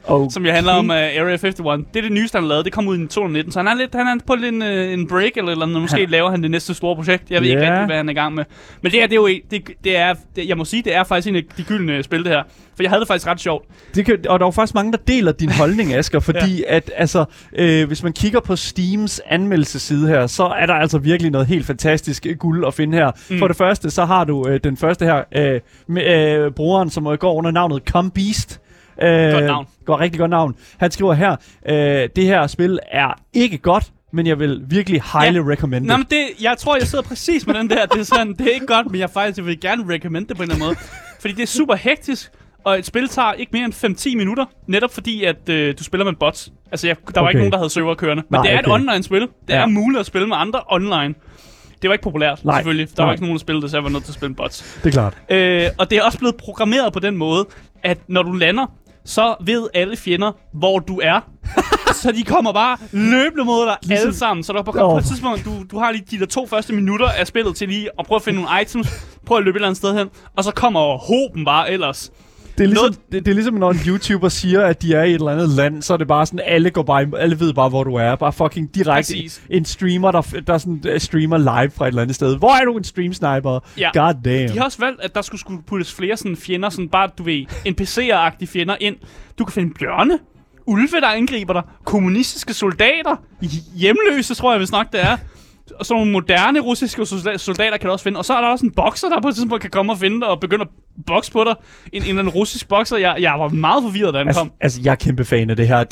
som jo handler om Area 51. Det er det nyeste, han har lavet. Det kom ud i 2019, så han er på en break eller noget. Måske laver han det næste store projekt. Jeg ved ikke rigtig, hvad han er i gang med. Men det her, jeg må sige, det er faktisk en af de gyldne spil, det her. For jeg havde det faktisk ret sjovt. Og der er faktisk mange, der deler din holdning, Asger, fordi at altså, hvis man kigger på Steams anmeldelseside her, så er der altså virkelig noget helt fantastisk guld at finde her. For det første, så har du den første her, brugeren, som går under navnet Come Beast. Godt navn. Rigtig godt navn. Han skriver her, det her spil er ikke godt, men jeg vil virkelig highly recommend it. Nå, men jeg tror, jeg sidder præcis med den der. Det er sådan, det er ikke godt, men jeg vil gerne recommend det på en eller anden måde. Fordi det er super hektisk, og et spil tager ikke mere end 5-10 minutter, netop fordi, at du spiller med bots. Altså, der var ikke nogen, der havde server kørende. Men det er et online-spil. Det er muligt at spille med andre online. Det var ikke populært, selvfølgelig. Der var ikke nogen, der spillede det, så jeg var nødt til at spille med bots. Det er klart. Og det er også blevet programmeret på den måde, at når du lander, så ved alle fjender, hvor du er. Så de kommer bare løbende mod dig alle sammen. Så der på et tidspunkt, du har lige de der 2 første minutter af spillet til lige at prøve at finde nogle items, prøve at løbe et eller andet sted hen, og så kommer hoben bare ellers. Det er ligesom når en YouTuber siger, at de er i et eller andet land, så er det bare sådan, alle ved bare, hvor du er. Bare fucking direkte. Præcis. En streamer, der sådan streamer live fra et eller andet sted. Hvor er du en stream-sniper? Ja. God damn. De har også valgt, at der skulle puttes flere sådan fjender, sådan bare, du ved, NPC'er-agtige fjender ind. Du kan finde bjørne, ulve, der angriber dig, kommunistiske soldater, hjemløse, tror jeg, hvis nok det er. Og sådan nogle moderne russiske soldater kan du også finde. Og så er der også en bokser, der på et tidspunkt kan komme og finde dig og begynde at bokse på dig. En russisk bokser. Jeg var meget forvirret, da den kom. Altså, jeg er kæmpe fan af det her.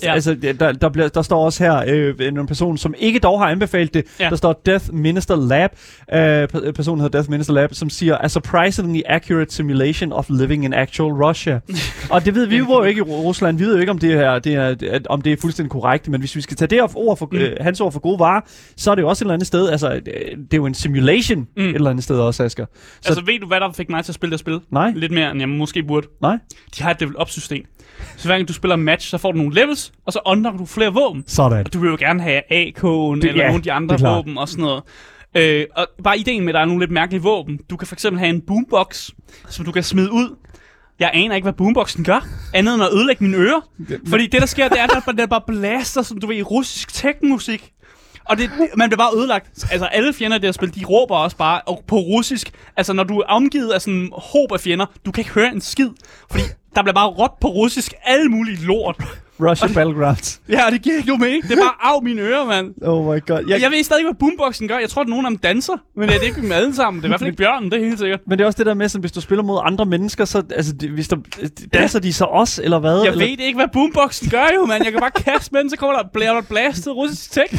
Der står også her en person, som ikke dog har anbefalet det. Ja. Der står Death Minister Lab. Personen hedder Death Minister Lab, som siger, a surprisingly accurate simulation of living in actual Russia. Og det ved vi jo ikke i Rusland. Vi ved jo ikke, om det er fuldstændig korrekt. Men hvis vi skal tage det hans ord for gode varer, så er det jo også et eller andet sted. Altså, det er jo en simulation et eller andet sted også, Asger. Så altså, ved du, hvad der fik mig til at spille det spil? Nej. Lidt mere, end jeg måske burde. Nej. De har et level-up-system. Så hver gang du spiller en match, så får du nogle levels, og så unlocker du flere våben. Sådan. Og du vil jo gerne have AK'en, eller nogle af de andre våben og sådan noget. Og bare ideen med, at der er nogle lidt mærkelige våben. Du kan for eksempel have en boombox, som du kan smide ud. Jeg aner ikke, hvad boomboxen gør, andet end at ødelægge mine ører. Fordi det, der sker, det er, at den bare blaster, som du ved, i russisk techno-musik. Og man bliver bare ødelagt. Altså, alle fjender, der spil, de råber også bare på russisk. Altså, når du er omgivet af sådan en håb af fjender, du kan ikke høre en skid. Fordi der bliver bare råbt på russisk alle mulige lort. Russia Battlegrounds. Ja, det giver ikke nogen mening. Det er bare af mine ører, mand. Oh my god. Jeg ved stadig ikke, hvad boomboxen gør. Jeg tror, at nogen af dem danser. Men det er ikke dem alle sammen. Det er i hvert fald ikke bjørnen, det er helt sikkert. Men det er også det der med, sådan, hvis du spiller mod andre mennesker, så altså, hvis der danser de så også, eller hvad? Jeg ved ikke, hvad boomboxen gør jo, mand. Jeg kan bare kaste med den, så kommer der blastet russisk tekno.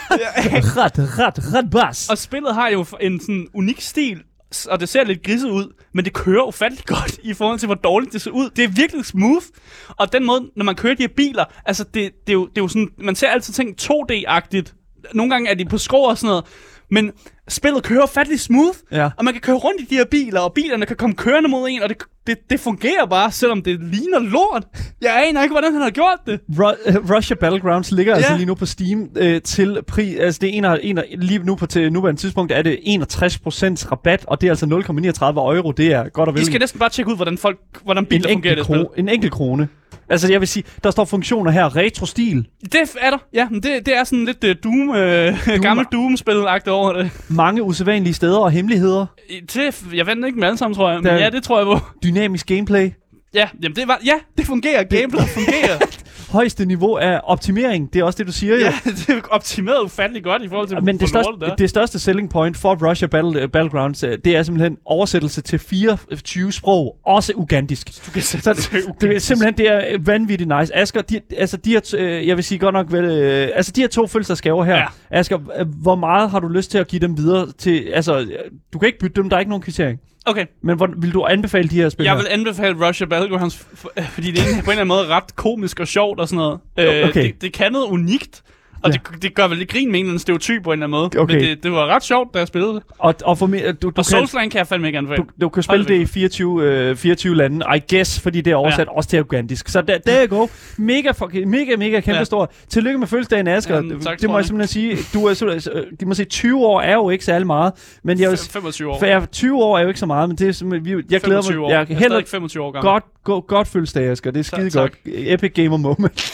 Ret bas. Og spillet har jo en sådan unik stil. Og det ser lidt griset ud, men det kører ufatteligt godt i forhold til, hvor dårligt det ser ud. Det er virkelig smooth. Og den måde, når man kører de her biler, altså det er jo sådan, man ser altid ting 2D-agtigt. Nogle gange er de på skrå og sådan noget. Men spillet kører ufatteligt smooth, og man kan køre rundt i de her biler, og bilerne kan komme kørende mod en, og det fungerer bare, selvom det ligner lort. Jeg aner ikke, hvordan han har gjort det. Russia Battlegrounds ligger altså lige nu på Steam til altså det er lige nu til nuværende tidspunkt er det 61% rabat, og det er altså 0,39 euro. Det er godt og vel. Vi skal næsten bare tjekke ud, hvordan biler fungerer det spil. En enkelt krone. Altså, jeg vil sige, der står funktioner her, retro-stil. Det er der, ja. Men det er sådan lidt Doom, gammel Doom-spil-agtigt over det. Mange usædvanlige steder og hemmeligheder. Jeg vandt ikke med alle sammen, tror jeg. Men ja, det tror jeg på. Dynamisk gameplay. Ja, jamen det fungerer. Gameplay fungerer. Højeste niveau af optimering, det er også det, du siger, jo. Ja, det er optimeret ufatteligt godt i forhold til, men det største selling point for Russia Battlegrounds, det er simpelthen oversættelse til 24 sprog, også ugandisk. Du kan sætte det er simpelthen, det er vanvittigt nice. Asger, jeg vil sige godt nok, de her 2 fødselsdagsgaver her, Asger, hvor meget har du lyst til at give dem videre til, altså, du kan ikke bytte dem, der er ikke nogen kvittering. Okay. Men vil du anbefale de her spil? Jeg vil anbefale Russia Battlegrounds, fordi det er på en eller anden måde ret komisk og sjovt og sådan noget. Okay. Det kan noget unikt. Og det gør vel lidt grin med en stereotyp på en eller anden måde. Okay. Men det var ret sjovt, da jeg spillede det. Og for mig, og Soulsland kan jeg fandme ikke anbefale. Du kan spille det i 24 lande, I guess, fordi det er oversat også til afghansk. Så der go. Mega kæmpestor. Tillykke med fødselsdagen, Asger. Tak, det må jeg simpelthen sige. De må sige, 20 år er jo ikke særlig meget. Men jeg 25 år. 20 år er jo ikke så meget, men det er simpelthen... Jeg glæder mig. Jeg er heller 25 år gammel. Godt fødselsdag, Asger. Det er skide godt. Epic Gamer Moment.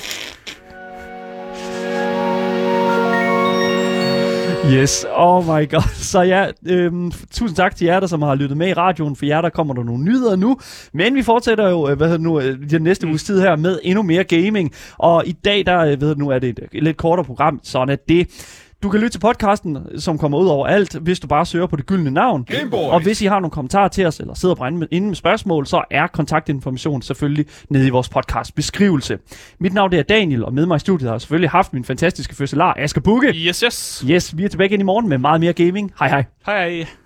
Yes, oh my god. Så ja, tusind tak til jer, der som har lyttet med i radioen. For jer, der kommer der nogle nyheder nu. Men vi fortsætter jo, den næste uges tid her med endnu mere gaming. Og i dag, der er det et lidt kortere program, sådan at det... Du kan lytte til podcasten, som kommer ud over alt, hvis du bare søger på det gyldne navn. Og hvis I har nogle kommentarer til os, eller sidder brænde inde med spørgsmål, så er kontaktinformation selvfølgelig nede i vores podcast beskrivelse. Mit navn er Daniel, og med mig i studiet har jeg selvfølgelig haft min fantastiske fødselar, Asger Bugge. Yes. Yes, vi er tilbage igen i morgen med meget mere gaming. Hej. Hej.